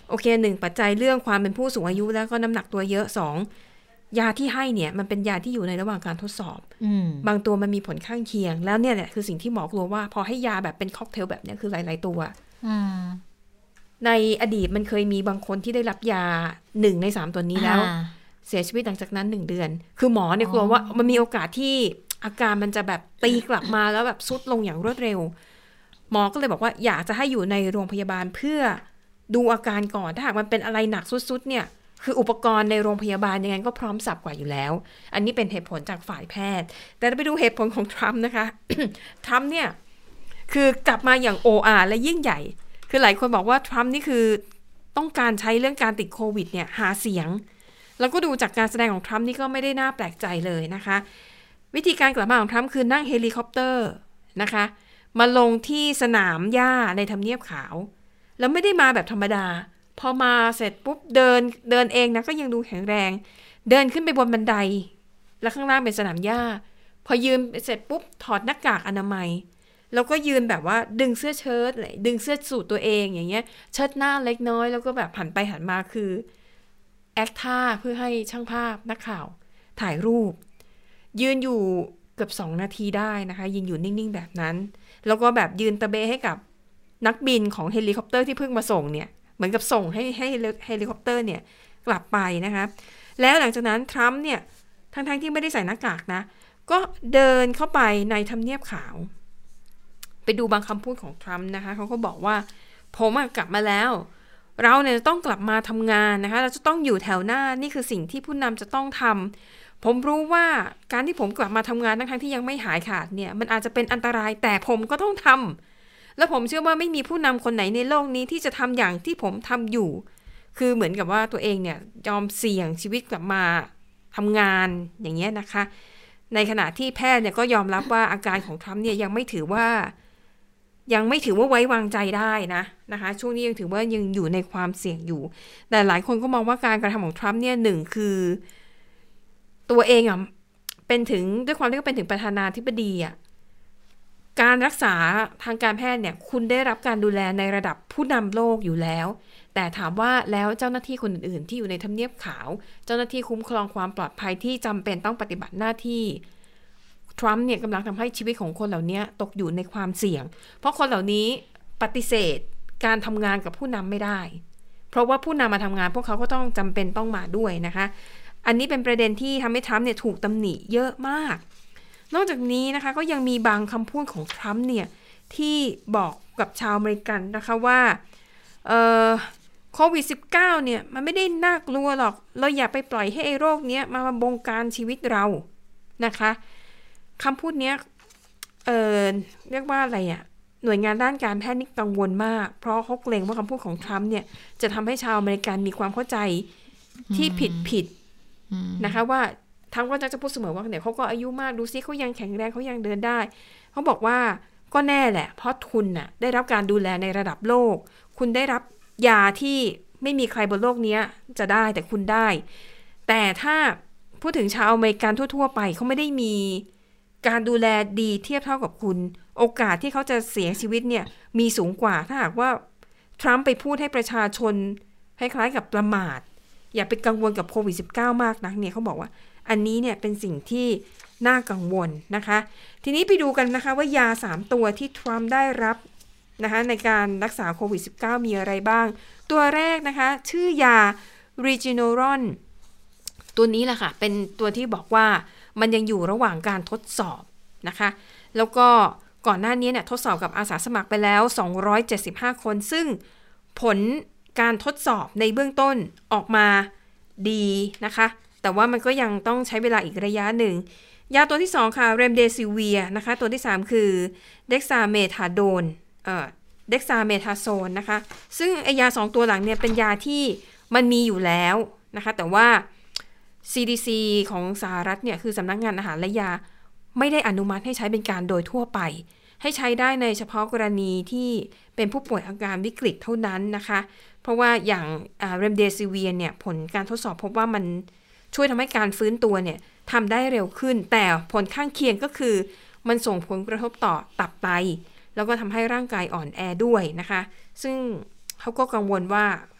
โอเคหนึ่งปัจจัยเรื่องความเป็นผู้สูงอายุแล้วก็น้ำหนักตัวเยอะสองยาที่ให้เนี่ยมันเป็นยาที่อยู่ในระหว่างการทดสอบบางตัวมันมีผลข้างเคียงแล้วเนี่ยแหละคือสิ่งที่หมอกลัวว่าพอให้ยาแบบเป็นค็อกเทลแบบนี้คือหลายๆตัวในอดีตมันเคยมีบางคนที่ได้รับยาหนึ่งในสามตัวนี้แล้วเสียชีวิตหลังจากนั้นหนึ่งเดือนคือหมอเนี่ยกลัวว่ามันมีโอกาสที่อาการมันจะแบบตีกลับมาแล้วแบบทรุดลงอย่างรวดเร็วหมอก็เลยบอกว่าอยากจะให้อยู่ในโรงพยาบาลเพื่อดูอาการก่อนถ้าหากมันเป็นอะไรหนักสุดๆเนี่ยคืออุปกรณ์ในโรงพยาบาลยังไงก็พร้อมสับกว่าอยู่แล้วอันนี้เป็นเหตุผลจากฝ่ายแพทย์แต่ไปดูเหตุผลของทรัมป์นะคะ ทรัมป์เนี่ยคือกลับมาอย่างโออาและยิ่งใหญ่คือหลายคนบอกว่าทรัมป์นี่คือต้องการใช้เรื่องการติดโควิดเนี่ยหาเสียงแล้วก็ดูจากการแสดงของทรัมป์นี่ก็ไม่ได้น่าแปลกใจเลยนะคะวิธีการกลับมาของทรัมป์คือนั่งเฮลิคอปเตอร์นะคะมาลงที่สนามหญ้าในทำเนียบขาวแล้วไม่ได้มาแบบธรรมดาพอมาเสร็จปุ๊บเดินเดินเองนะก็ยังดูแข็งแรงเดินขึ้นไปบนบันไดแล้วข้างล่างเป็นสนามหญ้าพอยืนเสร็จปุ๊บถอดหน้ากากอนามัยแล้วก็ยืนแบบว่าดึงเสื้อเชิ้ตเลยดึงเสื้อสูทตัวเองอย่างเงี้ยเชิดหน้าเล็กน้อยแล้วก็แบบหันไปหันมาคือแอคท่าเพื่อให้ช่างภาพนักข่าวถ่ายรูปยืนอยู่เกือบสองนาทีได้นะคะยืนอยู่นิ่งๆแบบนั้นแล้วก็แบบยืนตะเบให้กับนักบินของเฮลิคอปเตอร์ที่เพิ่งมาส่งเนี่ยเหมือนกับส่งให้ให้เฮลิคอปเตอร์เนี่ยกลับไปนะคะแล้วหลังจากนั้นทรัมป์เนี่ยทั้งๆที่ไม่ได้ใส่หน้ากากนะก็เดินเข้าไปในทำเนียบขาวไปดูบางคำพูดของทรัมป์นะคะเขาก็บอกว่าผมกลับมาแล้วเราเนี่ยจะต้องกลับมาทำงานนะคะเราจะต้องอยู่แถวหน้านี่คือสิ่งที่ผู้นำจะต้องทำผมรู้ว่าการที่ผมกลับมาทำงานทั้งๆที่ยังไม่หายขาดเนี่ยมันอาจจะเป็นอันตรายแต่ผมก็ต้องทำแล้วผมเชื่อว่าไม่มีผู้นำคนไหนในโลกนี้ที่จะทำอย่างที่ผมทำอยู่คือเหมือนกับว่าตัวเองเนี่ยยอมเสี่ยงชีวิตกลับมาทำงานอย่างเงี้ยนะคะในขณะที่แพทย์เนี่ยก็ยอมรับว่าอาการของทรัมป์เนี่ยยังไม่ถือว่ายังไม่ถือว่าไว้วางใจได้นะนะคะช่วงนี้ยังถือว่ายังอยู่ในความเสี่ยงอยู่แต่หลายคนก็มองว่าการกระทำของทรัมป์เนี่ยหนึ่งคือตัวเองอ่ะเป็นถึงด้วยความที่เขาเป็นถึงประธานาธิบดีอ่ะการรักษาทางการแพทย์เนี่ยคุณได้รับการดูแลในระดับผู้นำโลกอยู่แล้วแต่ถามว่าแล้วเจ้าหน้าที่คนอื่นๆที่อยู่ในทำเนียบขาวเจ้าหน้าที่คุ้มครองความปลอดภัยที่จำเป็นต้องปฏิบัติหน้าที่ทรัมป์เนี่ยกำลังทำให้ชีวิตของคนเหล่านี้ตกอยู่ในความเสี่ยงเพราะคนเหล่านี้ปฏิเสธการทำงานกับผู้นำไม่ได้เพราะว่าผู้นำมาทำงานพวกเขาก็ต้องจำเป็นต้องมาด้วยนะคะอันนี้เป็นประเด็นที่ทำให้ทรัมป์เนี่ยถูกตำหนิเยอะมากนอกจากนี้นะคะก็ยังมีบางคำพูดของทรัมป์เนี่ยที่บอกกับชาวอเมริกันนะคะว่าเอ่อโควิด สิบเก้า เนี่ยมันไม่ได้น่ากลัวหรอกเราอย่าไปปล่อยให้ไอ้โรคเนี้ยมาบงการชีวิตเรานะคะคำพูดเนี้ยเอ่อเรียกว่าอะไรอ่ะหน่วยงานด้านการแพทย์นี่กังวลมากเพราะเขาเกรงว่าคำพูดของทรัมป์เนี่ยจะทำให้ชาวอเมริกันมีความเข้าใจที่ผิดผิดนะคะว่าทรัมป์ก็จะพูดเสมอว่าเนี่ยเขาก็อายุมากดูซิเขายังแข็งแรงเขายังเดินได้เขาบอกว่าก็แน่แหละเพราะคุณน่ะได้รับการดูแลในระดับโลกคุณได้รับยาที่ไม่มีใครบนโลกนี้จะได้แต่คุณได้แต่ถ้าพูดถึงชาวอเมริกันทั่วๆไปเขาไม่ได้มีการดูแลดีเทียบเท่ากับคุณโอกาสที่เขาจะเสียชีวิตเนี่ยมีสูงกว่าถ้าหากว่าทรัมป์ไปพูดให้ประชาชนคล้ายๆกับประมาทอย่าไปกังวลกับโควิด สิบเก้า มากนักเนี่ยเขาบอกว่าอันนี้เนี่ยเป็นสิ่งที่น่ากังวลนะคะทีนี้ไปดูกันนะคะว่ายาสามตัวที่ทรัมป์ได้รับนะคะในการรักษาโควิด สิบเก้า มีอะไรบ้างตัวแรกนะคะชื่อยา Regeneron ตัวนี้แหละค่ะเป็นตัวที่บอกว่ามันยังอยู่ระหว่างการทดสอบนะคะแล้วก็ก่อนหน้านี้เนี่ยทดสอบกับอาสาสมัครไปแล้วสองร้อยเจ็ดสิบห้าคนซึ่งผลการทดสอบในเบื้องต้นออกมาดีนะคะแต่ว่ามันก็ยังต้องใช้เวลาอีกระยะหนึ่งยาตัวที่สองค่ะ Remdesivir นะคะตัวที่สามคือ Dexamethasone เอ่อ Dexamethasone นะคะซึ่งไอยาสองตัวหลังเนี่ยเป็นยาที่มันมีอยู่แล้วนะคะแต่ว่า ซี ดี ซี ของสหรัฐเนี่ยคือสำนักงานอาหารและยาไม่ได้อนุมัติให้ใช้เป็นการโดยทั่วไปให้ใช้ได้ในเฉพาะกรณีที่เป็นผู้ป่วยอาการวิกฤตเท่านั้นนะคะเพราะว่าอย่าง Remdesivir เนี่ยผลการทดสอบพบว่ามันช่วยทำให้การฟื้นตัวเนี่ยทำได้เร็วขึ้นแต่ผลข้างเคียงก็คือมันส่งผลกระทบต่อตับไตแล้วก็ทำให้ร่างกายอ่อนแอด้วยนะคะซึ่งเขาก็กังวลว่า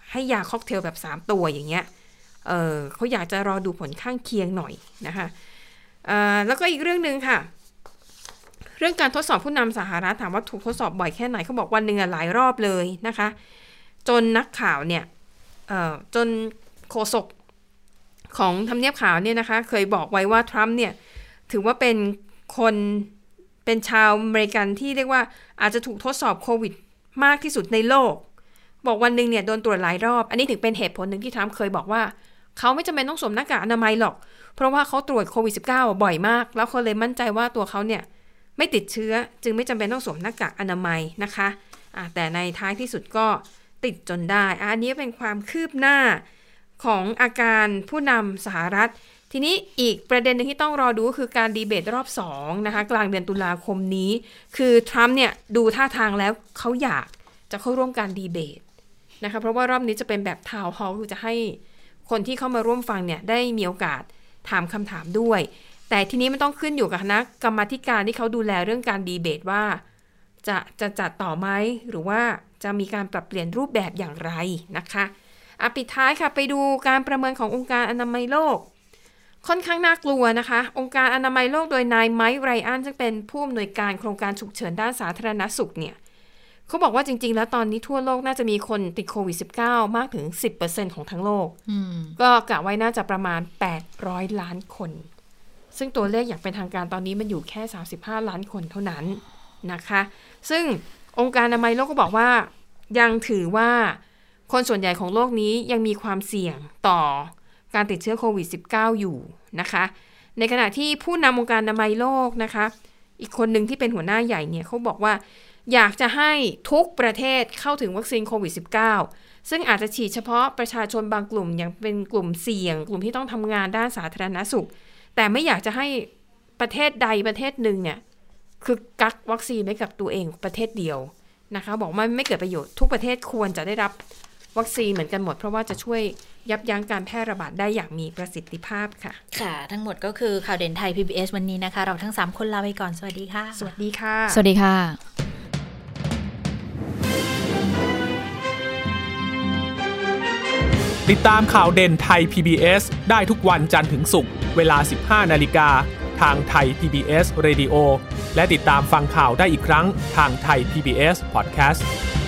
ให้ยาค็อกเทลแบบสามตัวอย่างเงี้ยเออเขาอยากจะรอดูผลข้างเคียงหน่อยนะคะเอ่อแล้วก็อีกเรื่องนึงค่ะเรื่องการทดสอบผู้นำสหรัฐถามว่าถูกทดสอบบ่อยแค่ไหนเขาบอกวันหนึ่งหลายรอบเลยนะคะจนนักข่าวเนี่ยเอ่อจนโฆษกของทำเนียบขาวเนี่ยนะคะเคยบอกไว้ว่าทรัมป์เนี่ยถือว่าเป็นคนเป็นชาวอเมริกันที่เรียกว่าอาจจะถูกทดสอบโควิดมากที่สุดในโลกบอกวันหนึ่งเนี่ยโดนตรวจหลายรอบอันนี้ถึงเป็นเหตุผลหนึ่งที่ทรัมป์เคยบอกว่าเขาไม่จำเป็นต้องสวมหน้ากากอนามัยหรอกเพราะว่าเขาตรวจโควิด สิบเก้า บ่อยมากแล้วเขาเลยมั่นใจว่าตัวเขาเนี่ยไม่ติดเชื้อจึงไม่จำเป็นต้องสวมหน้ากากอนามัยนะคะะแต่ในท้ายที่สุดก็ติดจนได้อันนี้เป็นความคืบหน้าของอาการผู้นำสหรัฐทีนี้อีกประเด็นนึงที่ต้องรอดูก็คือการดีเบตรอบสองนะคะกลางเดือนตุลาคมนี้คือทรัมป์เนี่ยดูท่าทางแล้วเขาอยากจะเข้าร่วมการดีเบตนะคะเพราะว่ารอบนี้จะเป็นแบบทาวน์ฮอลล์คือจะให้คนที่เข้ามาร่วมฟังเนี่ยได้มีโอกาสถามคำถามด้วยแต่ทีนี้มันต้องขึ้นอยู่กับคณะกรรมาธิการที่เขาดูแลเรื่องการดีเบตว่าจะจะจัดต่อไหมหรือว่าจะมีการปรับเปลี่ยนรูปแบบอย่างไรนะคะอ่ะปิดท้ายค่ะไปดูการประเมินขององค์การอนามัยโลกค่อนข้างน่ากลัวนะคะองค์การอนามัยโลกโดยนายไมค์ไรอันซึ่งเป็นผู้อำนวยการโครงการฉุกเฉินด้านสาธารณสุขเนี่ยเขาบอกว่าจริงๆแล้วตอนนี้ทั่วโลกน่าจะมีคนติดโควิด สิบเก้า มากถึง สิบเปอร์เซ็นต์ ของทั้งโลกก็กะไว้น่าจะประมาณแปดร้อยล้านคนซึ่งตัวเลขอย่างเป็นทางการตอนนี้มันอยู่แค่สามสิบห้าล้านคนเท่านั้นนะคะซึ่งองค์การอนามัยโลกก็บอกว่ายังถือว่าคนส่วนใหญ่ของโลกนี้ยังมีความเสี่ยงต่อการติดเชื้อโควิด สิบเก้า อยู่นะคะในขณะที่ผู้นำองค์การอนามัยโลกนะคะอีกคนหนึ่งที่เป็นหัวหน้าใหญ่เนี่ยเขาบอกว่าอยากจะให้ทุกประเทศเข้าถึงวัคซีนโควิด สิบเก้า ซึ่งอาจจะฉีดเฉพาะประชาชนบางกลุ่มอย่างเป็นกลุ่มเสี่ยงกลุ่มที่ต้องทำงานด้านสาธารณสุขแต่ไม่อยากจะให้ประเทศใดประเทศหนึ่งเนี่ยคือกักวัคซีนไว้กับตัวเองประเทศเดียวนะคะบอกว่าไม่เกิดประโยชน์ทุกประเทศควรจะได้รับวัคซีนเหมือนกันหมดเพราะว่าจะช่วยยับยั้งการแพร่ระบาดได้อย่างมีประสิทธิภาพค่ะค่ะทั้งหมดก็คือข่าวเด่นไทย พี บี เอส วันนี้นะคะเราทั้งสามคนลาไปก่อนสวัสดีค่ะสวัสดีค่ะสวัสดีค่ะติดตามข่าวเด่นไทย พี บี เอส ได้ทุกวันจันทร์ถึงศุกร์เวลา สิบห้านาฬิกาทางไทย พี บี เอส Radio และติดตามฟังข่าวได้อีกครั้งทางไทย พี บี เอส Podcast